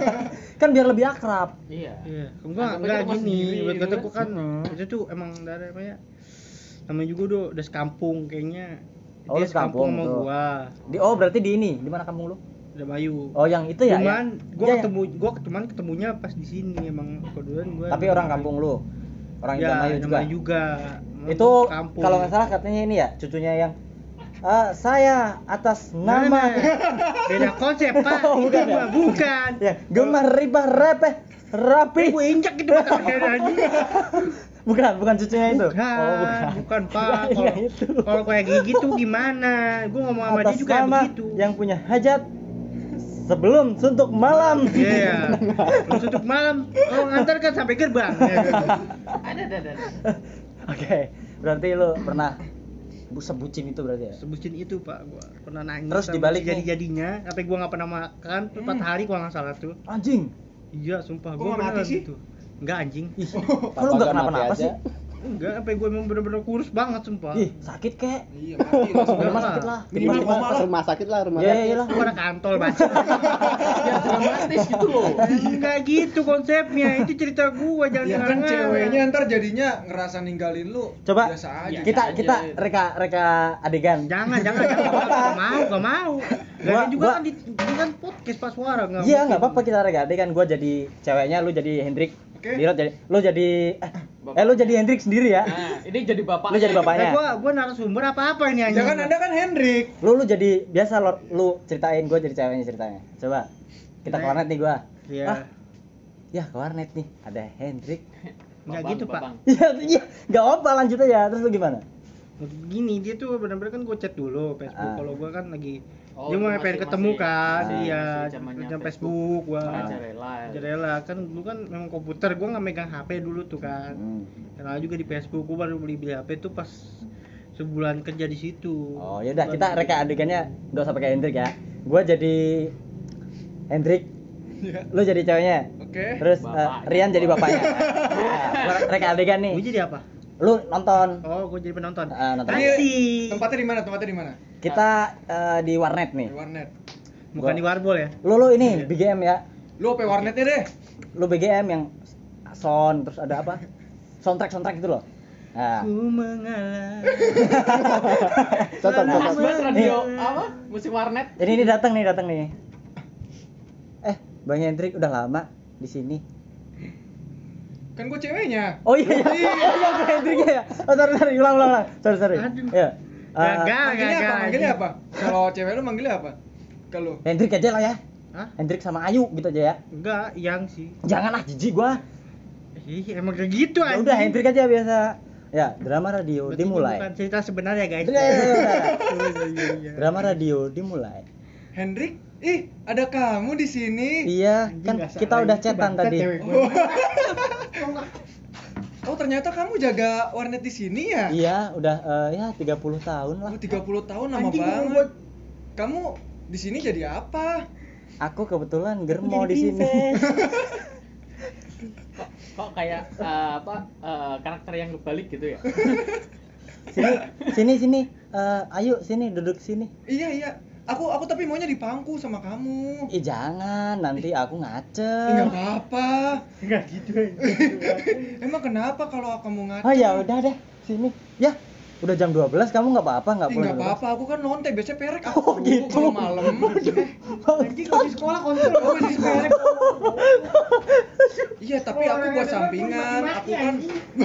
Kan biar lebih akrab. Iya. Iya, Anggap enggak aja enggak rumah gini. sendiri Buat gitu kata kan. gue kan Hmm. itu tuh emang dari namanya namanya juga udah udah sekampung kayaknya. Oh, Dia lu sekampung sama tuh. gua. Di oh, berarti di ini, di mana kampung lu? Udah Bayu. Oh, yang itu ya. Cuman ya? gua Iya, ketemu gua cuman ketemunya pas di sini emang kebetulan gua. Tapi orang kampung lu. Orang ya, Indramayu juga. namanya juga. Itu Kampung. kalau nggak salah katanya ini ya, cucunya yang "Ah, saya atas Nah, nama nah. Beda konsep, Pak. Oh, bukan Itu ya? mah bukan. ya gemar ribah repeh rapi. Gue injak gitu mata pakai anjing. Bukan, bukan cucunya itu. Bukan, Oh, bukan. bukan, Pak. Iya, Kalau itu. kalau kayak gitu gimana? Gue ngomong sama dia Atas juga kayak nama begitu. yang punya hajat sebelum suntuk malam. Iya. Terus tutup malam, kalau ngantar kan sampai gerbang. Ya, gitu. Ada ada ada. Oke, berarti lu pernah bu sebucin itu berarti ya? Sebutin itu, Pak. Gua pernah nangis. Terus sama dibalik nih. jadi-jadinya, sampai gua nggak pernah makan tuh empat Hmm. hari kalau nggak salah tuh. Anjing. Iya, sumpah Kok gua nggak mati beneran sih? gitu. Enggak anjing. Ih, kok lu enggak kenapa-napa sih? Enggak, sampai gua emang bener-bener kurus banget sumpah. Ih, sakit kek. Iya, mati lah. Enggak Rumah lah. sakit lah. Minimal Rumah, koma lah. rumah sakit lah, rumah Iya, sakit. iya lah. Gua ada kantol banget. Biar dramatis gitu loh. Enggak gitu konsepnya. Itu cerita gua jangan Ya kan ngarang-ngarang. ceweknya ntar jadinya ngerasa ninggalin lu. Coba Biasa aja. Iya. kita aja. kita reka reka adegan. Jangan, jangan, jangan. Gak mau, gak mau. Gua- Gak juga gua- kan di ini kan podcast pas suara nggak Iya, mungkin. nggak apa-apa kita reka adegan. Gua jadi ceweknya, lu jadi Hendrik. Oke. Dirot jadi lu jadi eh, eh lu jadi Hendrik sendiri ya. Nah, ini jadi bapak. Lu jadi bapaknya. Eh, gua gua narasumber apa-apa ini anjing. Jangan Anda kan Hendrik. Lu lu jadi biasa lu, lu ceritain, gua jadi ceweknya ceritanya. Coba. Kita ke Nah. warnet nih gua. Iya. Ah, ya ke warnet nih, ada Hendrik. Enggak Babang, gitu, Pak. babang. Iya, iya, enggak apa lanjut aja. Terus lu gimana? Gini, dia tuh benar-benar kan gua chat dulu Facebook. Ah. Kalau gua kan lagi Oh, dia itu mau masih- pengen ketemu masih- kan. masih- Iya, masih zamannya jam Facebook. Facebook gua. Aja rela. Aja rela kan dulu kan memang komputer gua nggak megang H P dulu tuh kan. Hmm. Kenal juga di Facebook, gua baru beli beli H P tuh pas sebulan kerja di situ. Oh, yaudah kita reka adegannya enggak usah pakai Hendrik ya. Gua jadi Hendrik, Iya. lu jadi ceweknya. Oke. Terus eh, Bapaknya. Rian jadi bapaknya. Nah, gua reka adegan nih. Gua jadi apa? Lu nonton. Oh, gua jadi penonton. Ah, nonton. Ini Asik. tempatnya di mana? Tempatnya di mana? Kita eh, di warnet nih. Di warnet. Bukan Gua- di Warbol ya? Lu lu ini B G M ya. Lu apa warnetnya deh? Lu B G M yang sound terus ada apa? Soundtrack soundtrack gitu loh. Nah. Ku mengalah. Cocok, Pas cocok. banget radio apa? Musik warnet. Ini ini datang nih, datang nih. Eh, Bang Hendrik udah lama di sini. Kan gue ceweknya. Oh iya, iya. Oh iya, Bang Hendriknya ya. Oh, sorry, sorry, ulang, ulang, ulang. Sorry, sorry. Aduh. Ya. Gagal, Manggilnya gagal. apa? Manggilnya apa? Kalau cewek lu manggilnya apa? Kalau Hendrik aja lah ya. Hah? Hendrik sama Ayu gitu aja ya. Enggak, yang sih. Janganlah jijik gua. Ih, emang kayak gitu Ya anjing. udah Hendrik aja biasa. Ya, drama radio Berarti ini dimulai. bukan cerita sebenarnya, guys. Iya, iya, iya. Iya, iya. Drama radio dimulai. Hendrik, ih ada kamu di sini. Iya, Anjing, kan nggak kita salah udah itu, chatan bangsat tadi. cewek gua. Oh ternyata kamu jaga warnet di sini ya? Iya, udah eh, ya tiga puluh tahun lah. Oh tiga puluh tahun lama Anjing, banget. buat- Kamu di sini jadi apa? Aku kebetulan germo Jadi di sini. kok, kok kayak eh, apa eh, karakter yang kebalik gitu ya? Sini, sini, sini. Eh, ayo sini duduk sini. Iya iya. Aku aku tapi maunya di pangku sama kamu. Ih jangan, nanti aku Ih, ngaceng. nggak apa-apa. Enggak gitu. Emang kenapa kalau kamu ngaceng? Oh ya udah deh, sini. Ya, udah jam dua belas kamu nggak apa-apa, nggak Ih, boleh. nggak apa-apa. Aku kan nonte biasanya perek aku Oh, gitu. kalau malam. Anjing kalau di sekolah kontrol Oh, di sekolah. perek. Iya, tapi aku buat sampingan. Aku kan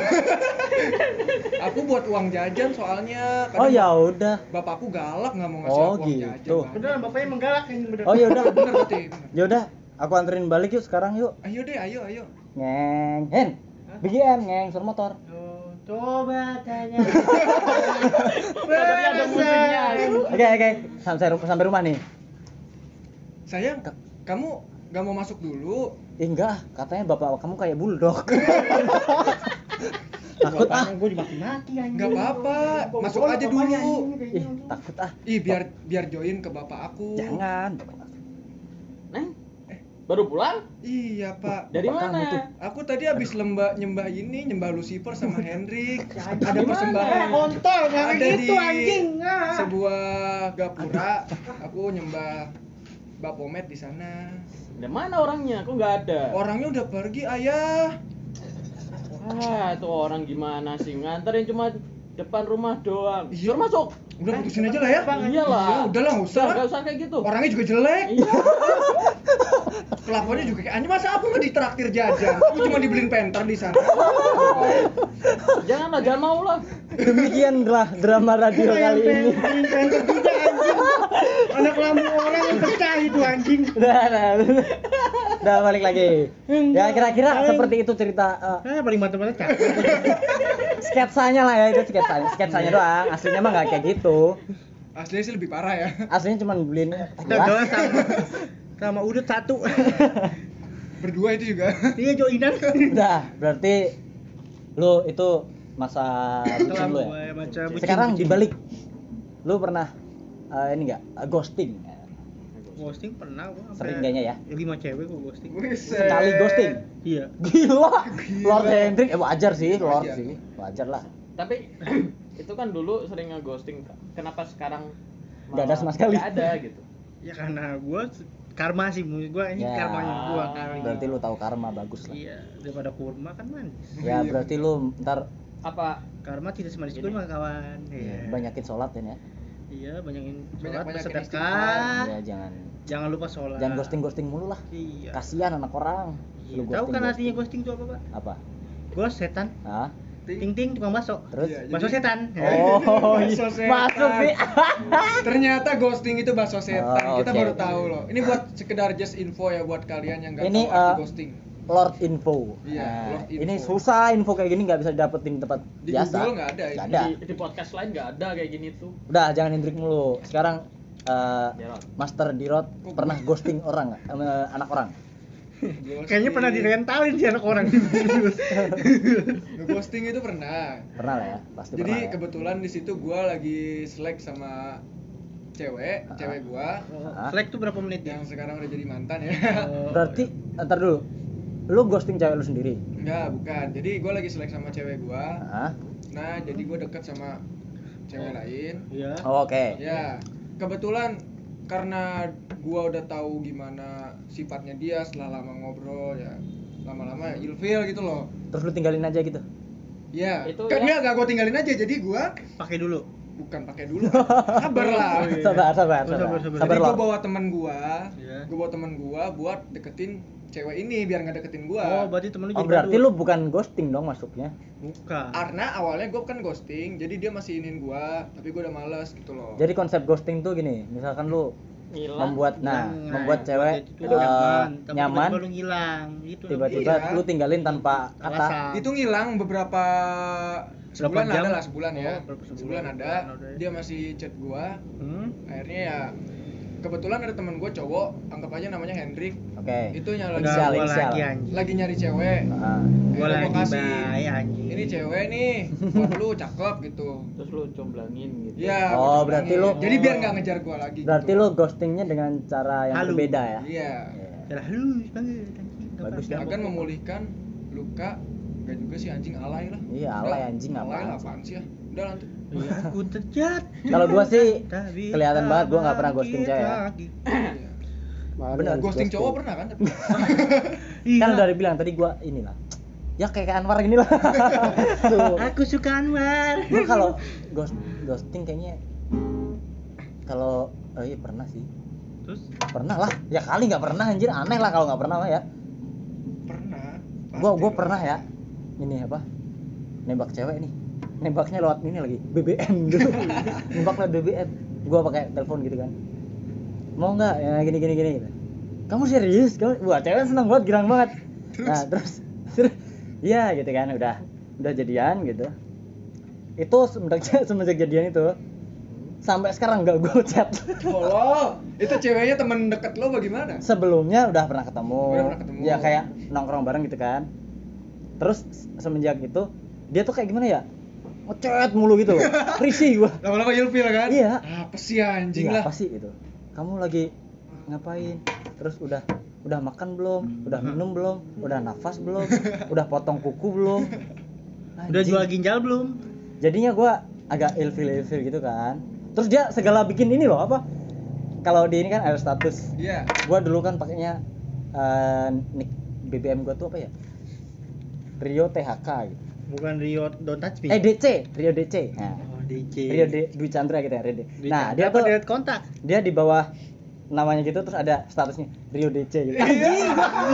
aku buat uang jajan soalnya. Kadang Oh ya udah. Bapakku galak nggak mau ngasih Oh, aku uang gitu. jajan. Beneran bapaknya menggalak anjing bener. Oh ya udah. Bener berarti. bener. Ya udah, aku anterin balik yuk sekarang yuk. Ayo deh, ayo, ayo. Ngeng, Hen. B G M ngeng suruh motor. Oh, coba tanya. Tapi ada musiknya. Oke oke, sampai ru- sampai rumah nih. Sayang, kamu nggak mau masuk dulu? Eh enggak, katanya bapak kamu kayak bulldog. Takut ah. Gue dimaki-maki anjing. Nggak apa-apa, masuk aja dulu. Ih, takut ah. Ih, biar biar join ke bapak aku. Jangan. Neng, baru pulang? Iya, Pak. Dari Bapak kamu tuh. mana? Aku tadi habis lembah nyembah ini, nyembah Lucifer sama Hendrik. Ada Gimana? persembahan. Kontol nggak Ada gitu di anjing. Ah. sebuah gapura. Aku nyembah Bapomet di sana. Ada mana orangnya? Kok nggak ada? Orangnya udah pergi, Ayah. Ah, itu orang gimana sih? Nganterin cuma depan rumah doang. Iya. Suruh masuk. Udah putusin aja lah ya. Iyalah. Iya, udahlah, nggak usah. Nggak usah kayak gitu. Orangnya juga jelek. Iya. Kelakuannya juga kayak anjing. Masa aku nggak ditraktir jajan? Aku cuma dibeliin penter di sana. Janganlah, jangan mau lah. Demikianlah drama radio kali ini. Kantor juga anjing. Anak lampu orang yang pecah itu anjing. Udah, udah, udah. Udah balik lagi. Ya kira-kira seperti itu cerita eh, Eh paling mantep-mantep cakep. sketsanya lah ya, itu sketsanya. Sketsanya doang. Aslinya mah nggak kayak gitu. Aslinya sih lebih parah ya. Aslinya cuma beliin Udah doang sama sama udut satu. Berdua itu juga. Iya joinan. Udah, berarti lu itu masa bucin lu ya. Masa bucin, Sekarang bucin. dibalik. Lu pernah eh, ini enggak ghosting? Ghosting pernah gua. sampai Sering kayaknya ya. Lima cewek gua ghosting. Buset. Sekali ghosting. Iya. Gila. Gila. Lord Hendrik eh wajar sih, Lord Wajar. sih. Wajar lah. Tapi itu kan dulu sering nge-ghosting. Kenapa sekarang Nggak ada sama sekali. Nggak ada gitu. Ya karena gua karma sih menurut gua ini Ya, karmanya gua kali. Berarti lu tahu karma bagus lah. Iya, daripada kurma kan manis. Ya berarti lu ntar Apa Karma tidak semanis Gini. kurma kawan. Iya. banyakin sholat ya. Iya, banyakin sholat, Banyak-banyakin bersedekah. Ya jangan Jangan lupa sholat. jangan ghosting ghosting mulu lah. Iya. Kasihan anak orang. Iya. Lu Tahu kan ghosting-ghosting. artinya ghosting itu apa, Pak? Apa? Ghost setan. Hah? Ting ting tukang bakso. Terus? Iya, Bakso jadi- setan. Oh, Bakso iya. setan. Masuk sih. Ternyata ghosting itu bakso setan. Oh, Kita oke. baru tahu loh. Ini buat sekedar just info ya buat kalian yang nggak Ini, tahu arti eh, ghosting. Lord Info. Iya, Nah, Lord Info. ini susah info kayak gini nggak bisa dapetin di tempat Di biasa. Google nggak ada, Nggak ini. ada. di, di podcast lain nggak ada kayak gini tuh. Udah jangan Hendrik mulu. Sekarang eh, Jarot. Master Dirot pernah ghosting orang nggak? Eh, anak orang? Kayaknya pernah direntalin sih anak orang. Ghosting itu pernah. Pernah lah ya, pasti Jadi pernah. Ya. kebetulan di situ gua lagi selek sama cewek, Ah. cewek gua Hah? Slack tuh berapa menit ya? yang sekarang udah jadi mantan ya. Oh, Berarti ntar dulu. Lu ghosting cewek lu sendiri? Enggak, bukan. Jadi gua lagi selek sama cewek gua. Hah? Nah, jadi gua deket sama cewek lain. Iya. Oh, oke. Ya, kebetulan karena gua udah tahu gimana sifatnya dia setelah lama ngobrol ya, lama-lama ilfeel gitu loh. Terus lu tinggalin aja gitu? Ya, Itu kan ya. enggak, enggak gua tinggalin aja. Jadi gua Pakai dulu. bukan pakai dulu. Sabar lah. Oh, iya. Sabar, sabar, Oh, sabar. sabar, sabar. Sabar Jadi lo. gua bawa teman gua, Iya. gua bawa teman gua buat deketin cewek ini biar nggak deketin Oh, gua. berarti temen lu Oh, jadi berarti badut. lu bukan ghosting dong masuknya. Bukan. Karena awalnya gua kan ghosting, jadi dia masih inin gua, tapi gua udah males gitu loh. Jadi konsep ghosting tuh gini, misalkan lu Ngilang. membuat nah, Nah, membuat buat cewek itu eh, nyaman, tapi nyaman, tiba-tiba lu ngilang gitu. tiba-tiba Iya. lu tinggalin tanpa kata. Alasan. Itu ngilang beberapa sebulan jam? ada lah sebulan ya. Oh, berapa sebulan? sebulan ada. Sebulan ada ya. Dia masih chat gua. Hmm? Akhirnya ya kebetulan ada temen gue cowok, anggap aja namanya Hendrik. Oke. Itu yang lagi, Inisial, Udah, gua inisial. lagi anjing. lagi nyari cewek. Ah. Gua Eh, lagi kasih, bayi anjing. ini cewek nih, buat lu cakep gitu. Terus lu comblangin gitu. Iya. Oh, gua berarti bilangin. lu- Jadi biar nggak ngejar gue lagi. Berarti gitu. lu ghostingnya dengan cara yang Halu. berbeda ya? Iya. Yalah halus banget anjing. Nggak Bagus apa-apa. Akan memulihkan luka. Gak juga sih anjing alay lah. Iya, Udah, alay anjing, alay apaan lah, sih? apaan sih ya. Udah lanjut. Iya, aku terjat. Kalau gua sih Tapi kelihatan banget gua nggak pernah bangkit ghosting cewek ya. lagi. Iya. Mana Bener, harus Ghosting cowok pernah kan? Tapi Iya. Kan udah dibilang tadi gua inilah. Ya kayak kayak Anwar gini lah. Aku suka Anwar. Gua kalau ghost, ghosting kayaknya kalau oh iya pernah sih. Terus Pernah lah. Ya kali nggak pernah anjir, aneh lah kalau nggak pernah mah ya. pernah. Gua Pasti gua lah. pernah ya. Ini apa? Nembak cewek nih. Nembaknya lewat ini lagi, B B M dulu. Nembak lewat B B M. Gua pakai telepon gitu kan. Mau nggak ya gini gini gini gitu. Kamu serius? Kamu wah cewek seneng banget, girang banget. Nah, terus terus iya gitu kan udah udah jadian gitu. Itu semenjak semenjak jadian itu sampai sekarang nggak gue chat. Oh, itu ceweknya temen deket lo bagaimana? Sebelumnya udah pernah ketemu. Udah pernah ketemu. Ya kayak nongkrong bareng gitu kan. Terus semenjak itu dia tuh kayak gimana ya? Ngechat mulu gitu loh. Risih gua. Lama-lama ilfil kan? Iya. Apa sih anjing Iya, lah. apa sih gitu. Kamu lagi ngapain? Terus udah udah makan belum? Udah minum belum? Udah nafas belum? Udah potong kuku belum? udah Anjing. jual ginjal belum? Jadinya gua agak ilfil-ilfil gitu kan. Terus dia segala bikin ini loh apa? Kalau di ini kan ada status. Iya. Gua dulu kan pakainya eh, nick B B M gua tuh apa ya? Rio T H K gitu. Bukan Rio Don't Touch Me. Eh D C, Rio D C. Nah, Oh, D C. Rio D Dwi Chandra gitu ya, Rio D. Dwi Nah, Chandra dia apa tuh Direct kontak. dia di bawah namanya gitu terus ada statusnya Rio D C gitu. Iya.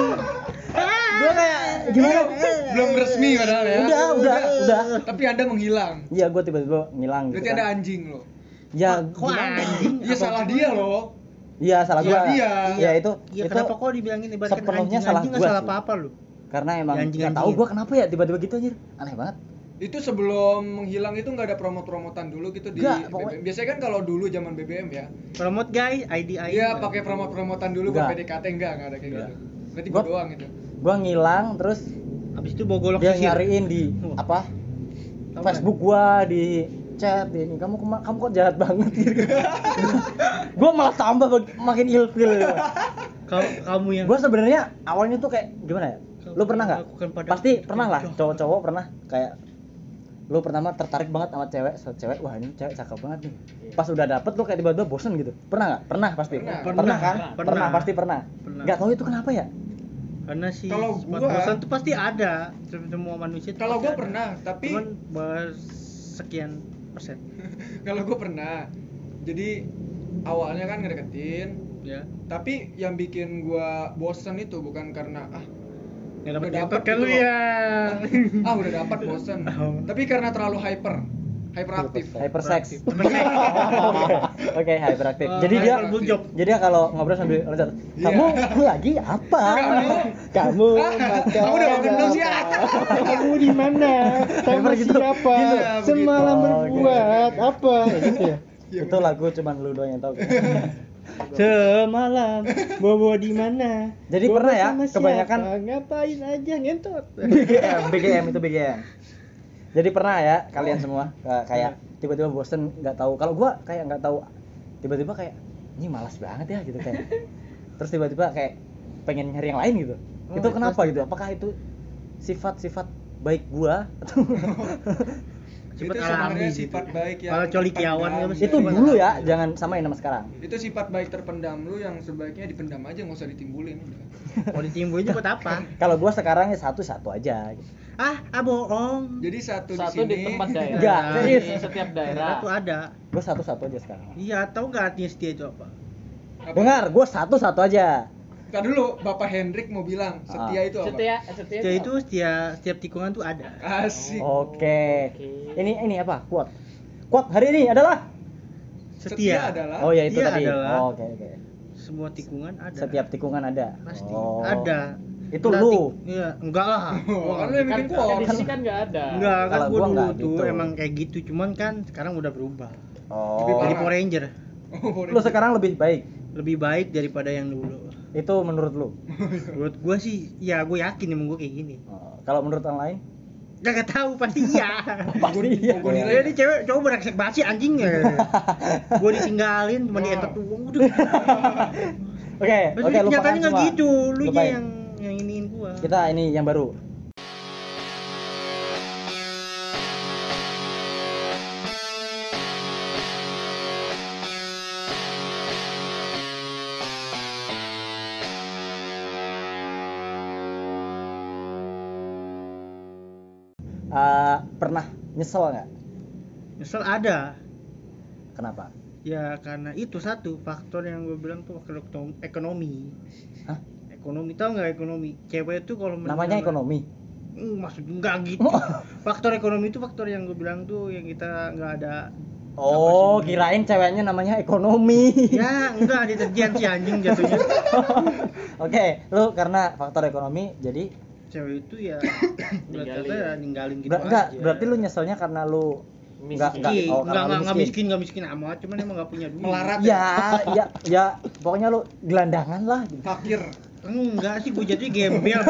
Gua kayak gimana? Belum resmi padahal ya. Udah, udah, udah. Tapi Anda menghilang. Iya, gua tiba-tiba ngilang gitu. Berarti kan. ada anjing lo. Ya, Kok gimana? anjing? Iya Apa salah gimana? dia loh. Iya, salah Iya, gua. dia. Iya, itu Iya, itu kenapa kok dibilangin ibaratkan sepenuhnya anjing? salah Anjing gua nggak salah sih. apa-apa lu. karena emang Ya, anjing- nggak tahu anjingnya. gua kenapa ya tiba-tiba gitu anjir. Aneh banget. Itu sebelum menghilang itu nggak ada promot-promotan dulu gitu di Nggak, B B M. pokoknya- Biasanya kan kalau dulu zaman B B M ya. Promote guys, I D I D. Iya, pakai promot-promotan dulu buat Nggak. P D K T enggak, enggak ada kayak Nggak. gitu. Berarti Gua- gua doang gitu. Gua ngilang terus Habis itu bawa golok dia sisir. nyariin di Oh. apa? Tahu Facebook gua di chat ini kamu kema- kamu kok jahat banget gitu. Gua malah tambah bag- makin ilfil. Kamu, kamu yang Gua sebenarnya awalnya tuh kayak gimana ya? Lu pernah nggak? Lakukan pada Pasti aku, pernah lah. cowok. Cowok-cowok pernah kayak lu pertama tertarik banget sama cewek, so, cewek wah ini cewek cakep banget nih. Pas udah dapet lu kayak tiba-tiba bosen gitu. Pernah nggak? Pernah pasti. Pernah. Pernah, Pernah, kan? pernah. Pernah, pasti pernah. Pernah. Nggak tahu itu kenapa ya? karena si Kalau sifat gua- bosan tuh pasti ada. Semua manusia tuh Kalau pasti gua ada. pernah, tapi Cuman bahas sekian persen. kalau gua pernah. Jadi awalnya kan ngedeketin, Ya. tapi yang bikin gua bosen itu bukan karena ah Nggak dapat Udah dapat dapet kan gitu lu loh. ya. ah udah dapat bosen. Oh. Tapi karena terlalu hyper, hyperaktif. Hypersex. Hyperaktif. Oke, Oke, hyperaktif. Oh, Jadi dia hyper job. jadi dia kalau ngobrol sambil loncat, Iya. kamu lagi apa? Kamu? Kamu Kamu udah bangun belum sih? Kamu di mana? Sama Hyper gitu. siapa? Gitu. Semalam Oh, berbuat apa? Ya gitu ya. Iya, Itu lagu cuman lu doang yang tahu. Semalam bobo di mana? Jadi Bobo pernah ya, sama siapa? kebanyakan ngapain aja ngentot. B G M, B G M itu B G M. Jadi pernah ya kalian semua eh, kayak tiba-tiba bosen nggak tahu. Kalau gua kayak nggak tahu tiba-tiba kayak ini malas banget ya gitu kayak. Terus tiba-tiba kayak pengen nyari yang lain gitu. Oh, itu itu kenapa pasti. gitu? Apakah itu sifat-sifat baik gua atau Itu Sifat sebenarnya alami gitu. sifat baik yang Kalau colikiawan terpendam. ya mesti itu sifat dulu alami. ya, jangan samain sama sekarang. Itu sifat baik terpendam lu yang sebaiknya dipendam aja, nggak usah ditimbulin udah. Mau ditimbulin juga buat apa? Kalau gua sekarang ya satu-satu aja gitu. Ah, ah bohong. Jadi satu, Satu di di sini tempat daerah. Enggak, serius. Di setiap daerah. Daerah tuh ada. Gua satu-satu aja sekarang. Iya, tahu nggak artinya setia itu apa? apa? Dengar, gua satu-satu aja. Ntar dulu, Bapak Hendrik mau bilang setia Ah. itu apa? Setia, setia, Setia itu setiap setiap tikungan tuh ada. Asik. Oke. Oke. Ini ini apa? Quote. Quote hari ini adalah Setia. adalah Oh ya itu Dia tadi. adalah- Oh, Oke oke. Semua tikungan ada. Setiap tikungan ada. Pasti Oh. ada. Itu Entah lu. tik- Iya, enggak lah. Oh, kan lu yang Kan, bikin kan quote. di sini kan nggak ada. Enggak, kan Kalau gua gua dulu nggak tuh gitu. emang kayak gitu, cuman kan sekarang udah berubah. Oh. Lebih Jadi parah. Power Ranger. Oh, Lu sekarang lebih baik. lebih baik daripada yang dulu. Itu menurut lu? Menurut gua sih, ya gue yakin emang gue kayak gini. Oh, kalau menurut orang lain? Gak, gak tahu pasti iya. Pasti iya. Gua nilai Ya ini cewek cowok bereksek basi anjing ya. Gue ditinggalin cuma Oh. dientet uang udah. Oke, Terus oke lupakan nyatanya nggak semua. gitu, lu nya Lupain. yang yang iniin gua. Kita ini yang baru. Eh, pernah nyesel nggak? Nyesel ada. Kenapa? Ya karena itu satu faktor yang gue bilang tuh faktor ekonom- ekonomi. Hah? Ekonomi, tau nggak ekonomi? Cewek tuh kalau Namanya menilai- ekonomi. Hmm, maksud enggak gitu. Faktor ekonomi itu faktor yang gue bilang tuh yang kita nggak ada. Oh, Apa sih? kirain ceweknya namanya ekonomi. Ya enggak, deterjen sih anjing jatuhnya. Oke, lu karena faktor ekonomi jadi Cewek itu ya Ninggalin. kata ya ninggalin gitu ber- enggak, aja. berarti lu nyeselnya karena lu enggak enggak Miskin, oh, enggak karena lu enggak miskin, enggak miskin amat, cuman emang enggak punya duit. Melarat. Ya, ya, ya, pokoknya lu gelandangan lah. Gitu. Fakir. Enggak sih, gue jadi gembel.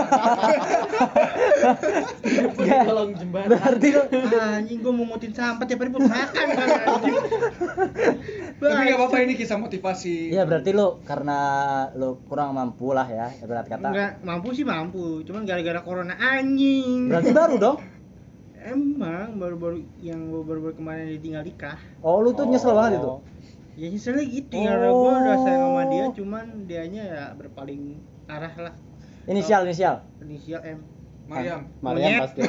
Ya, Tolong jembatan. berarti lu Anjing, gue mau ngutin sampah tiap hari buat makan kan anjing. Tapi nggak apa-apa, ini kisah motivasi. Iya, berarti lu karena lu kurang mampu lah ya, ibarat kata. Enggak, mampu sih mampu, cuman gara-gara corona anjing. Berarti baru dong. Emang baru-baru yang baru-baru kemarin ditinggal nikah. Oh, lu tuh nyesel banget itu. Ya nyeselnya gitu, karena gue Oh. udah sayang sama dia, cuman dianya ya berpaling arah lah. Inisial, inisial. Inisial M. Mariam. Mariam Monyet. pasti.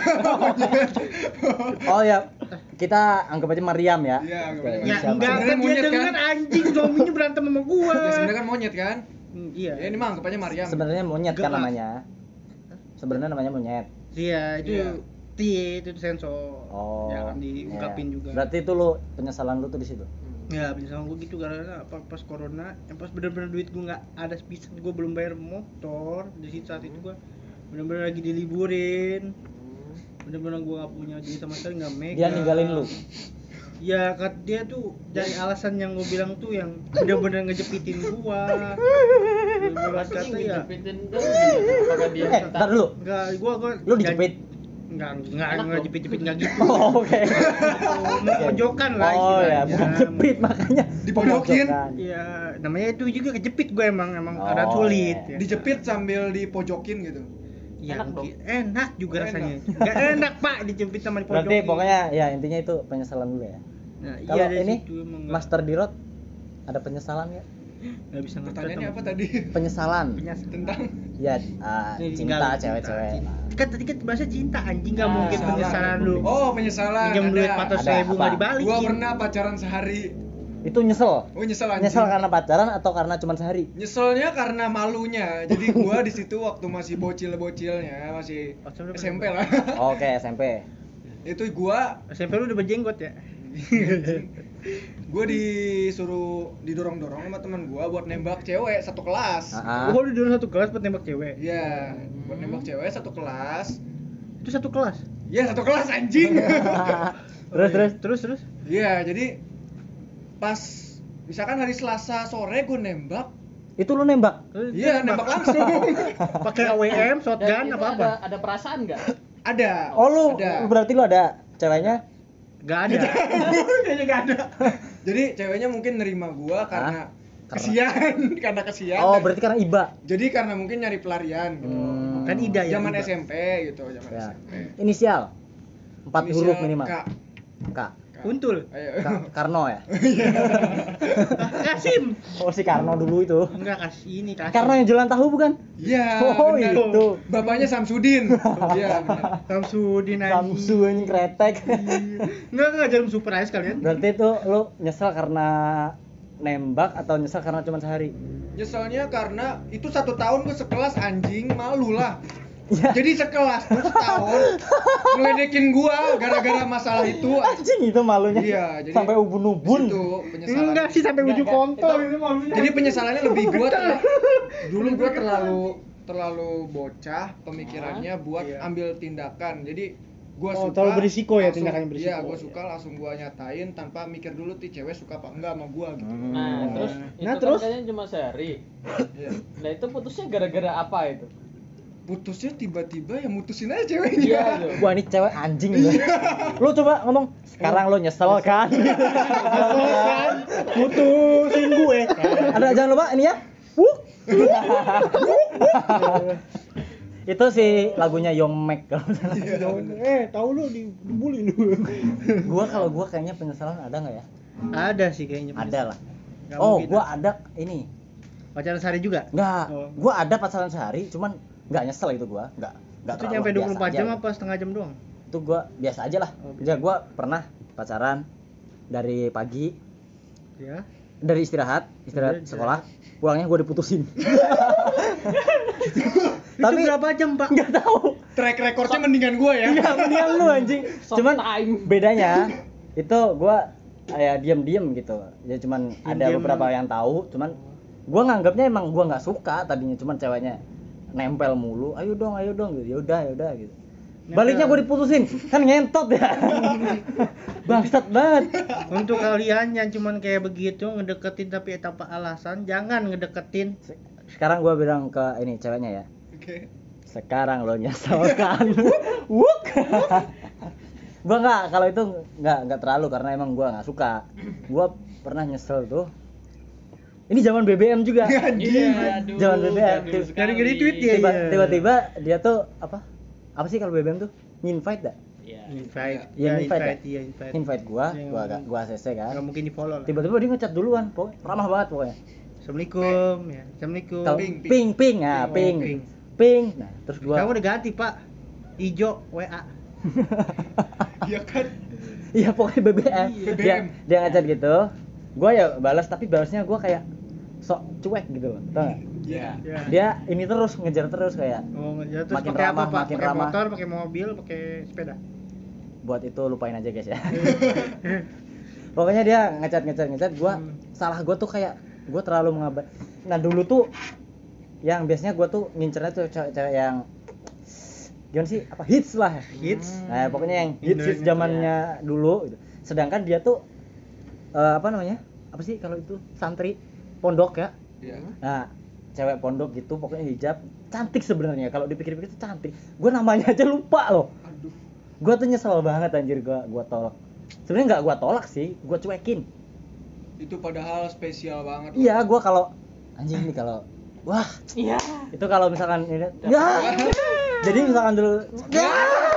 Oh ya, kita anggap aja Mariam ya. Iya, anggap Oke, aja Ya inisial enggak, Mariam. Sebenarnya kan dia monyet, denger kan? anjing suaminya berantem sama gua. Ya sebenarnya kan monyet kan? Hmm, iya. Ya ini mah anggapannya Mariam. Sebenarnya monyet kan Enggak lah. namanya. Sebenarnya namanya monyet. Iya, itu Iya. T itu sensor. Oh. Ya kan diungkapin iya. juga. Berarti itu lu penyesalan lu tuh di situ. Ya, penyesalan gua gitu karena apa pas corona, yang pas bener-bener duit gua nggak ada bisa, gua belum bayar motor di situ saat itu gua bener-bener lagi diliburin. Bener-bener gua nggak punya duit sama sekali, nggak megang. Dia ninggalin lu. Ya kat dia tuh dari alasan yang gue bilang tuh yang bener-bener ngejepitin gua. Bener-bener Pasti kata ya. ngejepitin dong gitu. Apakah dia Eh, ntar dulu. Enggak, gua gua Lu dijepit. Enggak, enggak, Enak enggak dong. jepit-jepit enggak gitu. Oh, oke. Pojokan lah Oh ya, istilahnya. bukan jepit makanya. Dipojokin. Pojokan. Iya, namanya itu juga kejepit gue emang emang Oh, ada sulit. iya. Ya. Dijepit sambil dipojokin gitu. Ya, Enak mungkin- enak juga Oh, rasanya. enak. Enggak enak, Pak, dijepit sama dipojokin. Berarti pokoknya ya intinya itu penyesalan dulu ya. Nah, iya, Kalau dari ini situ emang nggak- Master Dirot ada penyesalan nggak? nggak bisa ngecat Pertanyaannya sama- apa tadi? Penyesalan. Penyas- Tentang Ya ah, Ini cinta tinggal cewek-cewek. cinta. Kan tadi kan bahasa cinta anjing, nggak Ah, mungkin penyesalan. penyesalan lu. Oh, penyesalan. Pinjam duit ada. empat ratus Ada, ribu apa? nggak dibalikin. Gua pernah pacaran sehari. Itu nyesel. Oh, nyesel anjing. Nyesel karena pacaran atau karena cuma sehari? Nyeselnya karena malunya. Jadi gua di situ waktu masih bocil-bocilnya, masih Oh, sampai S M P lah. Oke, S M P. Itu gua S M P lu udah berjenggot ya? gua disuruh didorong-dorong sama teman gua buat nembak cewek satu kelas. Ah, ah. Oh, lu dulu satu kelas buat nembak cewek. Iya, buat nembak cewek satu kelas. Itu satu kelas. Iya, satu kelas anjing. Terus terus. Terus terus. Iya, jadi pas misalkan hari Selasa sore gua nembak, Itu lu nembak. Terus iya nembak langsung. Pakai A W M, Dan shotgun itu apa apa? ada, ada perasaan nggak? Ada. Oh lu Ada. berarti lu ada ceweknya? Gak ada. Kayaknya gak ada. Jadi ceweknya mungkin nerima gua karena Karena- kesian, karena kesian. Oh, dan- berarti karena iba. Jadi karena mungkin nyari pelarian gitu. Hmm. Kan Ida ya. Zaman Ida. S M P gitu, zaman Ya. S M P. Inisial. Empat Inisial huruf minimal. K. K. K. Untul. Ayo. Ka- Karno ya? Kasim. Oh si Karno dulu itu. Enggak kasih ini Kasim. Karno yang jualan tahu bukan? Iya. Oh, benar. itu. Bapaknya Samsudin. Iya, benar. Samsudin anjing. Samsu anjing kretek. Enggak enggak jarum super ice kalian. Berarti itu lu nyesel karena nembak atau nyesel karena cuma sehari? Nyeselnya karena itu satu tahun gua sekelas anjing, malu lah. Ya. Jadi sekelas gua setahun ngeledekin gua gara-gara masalah itu. Anjing itu malunya. Iya, jadi sampai ubun-ubun. Itu penyesalan. Enggak sih sampai ujung kontol ini malunya. Jadi penyesalannya lebih gua terla- dulu gua terlalu terlalu bocah pemikirannya buat Iya. ambil tindakan. Jadi Gua Oh, suka terlalu berisiko ya, langsung- tindakan yang berisiko. Iya, gua suka langsung gua nyatain tanpa mikir dulu tuh cewek suka apa enggak sama gua gitu. Hmm. Nah, terus Nah, itu terus? kan kayaknya cuma sehari. Iya. Nah, itu putusnya gara-gara apa itu? Putusnya tiba-tiba ya mutusin aja ceweknya. Iya, tuh. Wah ini cewek anjing ya. Lu coba ngomong sekarang lu nyesel kan? Kesel kan? Mutusin gue. Ada jangan lupa ini ya. Wuh. Itu sih lagunya Young Mac kalau nggak salah. Eh, tahu lu di- dibully lu. Gua kalau gua kayaknya penyesalan ada nggak ya? Ada sih kayaknya. Ada lah. Nggak Oh, mungkin. gua ada ini. Pacaran sehari juga? Nggak, Oh. gua ada pacaran sehari, cuman nggak nyesel itu gua. Nggak, nggak Itu terlalu, nyampe dua puluh empat biasa jam aja. apa setengah jam doang? Itu gua biasa aja lah. Oh, Ya gua pernah pacaran dari pagi, Ya. dari istirahat, istirahat Iya, sekolah, pulangnya gua diputusin. Tapi Tapi berapa jam, Pak? nggak tahu. Track recordnya mendingan gua ya. Nggak mendingan lu anjing. Soft Cuman time. bedanya itu gua ya diam-diam gitu. Ya cuman ada Diam-diam. beberapa yang tahu, cuman gua nganggapnya emang gua nggak suka tadinya, cuman ceweknya nempel mulu. Ayo dong, ayo dong gitu. Ya udah, ya udah gitu. Nempel. Baliknya gua diputusin. Kan ngentot ya. Bangsat banget. Untuk kalian yang cuman kayak begitu ngedeketin tapi tanpa alasan, jangan ngedeketin. Sekarang gua bilang ke ini ceweknya ya. Oke. Sekarang lo nyesel kan? Wuk. Gua nggak, kalau itu nggak nggak terlalu karena emang gua nggak suka. Gua pernah nyesel tuh. Ini zaman B B M juga. Iya, aduh. Jangan B B M. jadul sekali. Gara-gara tweet ya? Tiba, Iya. tiba-tiba dia tuh apa? Apa sih kalau B B M tuh? Invite dah. Iya. Invite. Iya, Ya, invite, invite, ya? iya, invite. Invite gua, Yang gua agak gua A C C Nggak kan. mungkin di-follow lah. Tiba-tiba dia ngechat duluan, pokoknya ramah banget pokoknya. Assalamualaikum, ya. Assalamualaikum. Kalau Ping, ping ping. ping, nah, Oh, ping. ping. Ping. Nah, terus gua Kamu udah ganti, Pak. Ijo W A. Iya kan. Iya pokoknya B B M. B B M. Dia dia ngechat gitu. Gua ya balas tapi balasnya gua kayak sok cuek gitu loh. Tau gak? Iya. Ya. Dia ini terus ngejar terus kayak Oh, ngejar terus Makin pakai apa, ramah, Pak? makin Pakai ramah. motor, pakai mobil, pakai sepeda. buat itu lupain aja guys ya. Pokoknya dia ngechat ngechat ngechat gua Hmm. salah gua tuh kayak gua terlalu mengabar. Nah, dulu tuh yang biasanya gua tuh ngincernya tuh cewek-cewek yang gimana sih? Apa hits lah. Hits. Nah, pokoknya yang hits hits Indonesia. zamannya dulu gitu. Sedangkan dia tuh eh, apa namanya? Apa sih kalau itu santri pondok ya? Iya. Nah, cewek pondok gitu pokoknya hijab, cantik sebenarnya kalau dipikir-pikir tuh cantik. Gue namanya aja lupa loh. Aduh. Gue tuh nyesel banget anjir gua gua tolak. Sebenarnya nggak gua tolak sih, gua cuekin. Itu padahal spesial banget. Iya, gua kalau anjing nih kalau wah, Iya. itu kalau misalkan ini ya. Jadi misalkan dulu ya.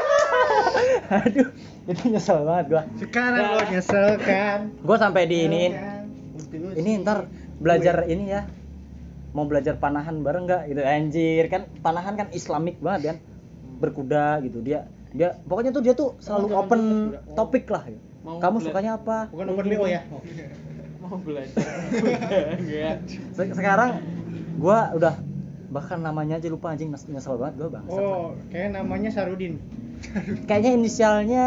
Aduh, itu nyesel banget gua. Sekarang lo nyesel kan? Gua sampai diiniin. Terus. Ini ntar belajar ini ya. Mau belajar panahan bareng nggak gitu anjir kan panahan kan islamik banget kan berkuda gitu dia dia pokoknya tuh dia tuh selalu jangan open berkuda. Oh. topik lah gitu. Mau Kamu bela- sukanya apa? Bukan open B O ya? Mau belajar. Enggak. Se- sekarang gua udah bahkan namanya aja lupa anjing nyes- nyesel banget gua bangsat. Oh, kayak namanya Sarudin. Kayaknya inisialnya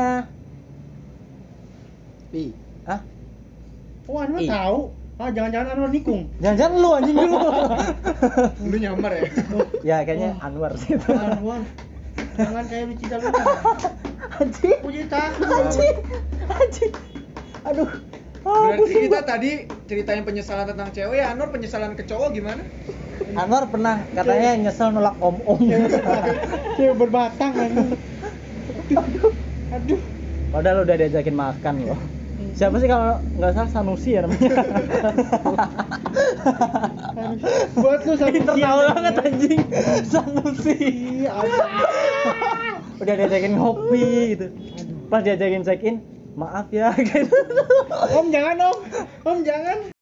Pi. Hah? Oh, Anwar I. tahu. Ah, jangan-jangan Anwar nikung. Jangan-jangan lu anjing lu. Lu nyamar ya. Ya kayaknya Anwar sih itu. Anwar. Jangan kayak lu cinta lu. Anjing. Aku jadi takut. Anjing. Anjing. Aduh. Ah, Berarti pusing kita gua. tadi ceritain penyesalan tentang cewek ya, Anwar penyesalan ke cowok gimana? Anwar pernah katanya nyesel nolak om-om. Cewek berbatang kan. Aduh. Aduh. Padahal udah diajakin makan loh. Siapa sih kalau nggak salah Sanusi ya namanya? Buat lu satu Pinter tahu banget anjing. Sanusi. Aduh. Udah diajakin ngopi gitu. Pas diajakin check in, maaf ya gitu. Om jangan, Om. Om jangan.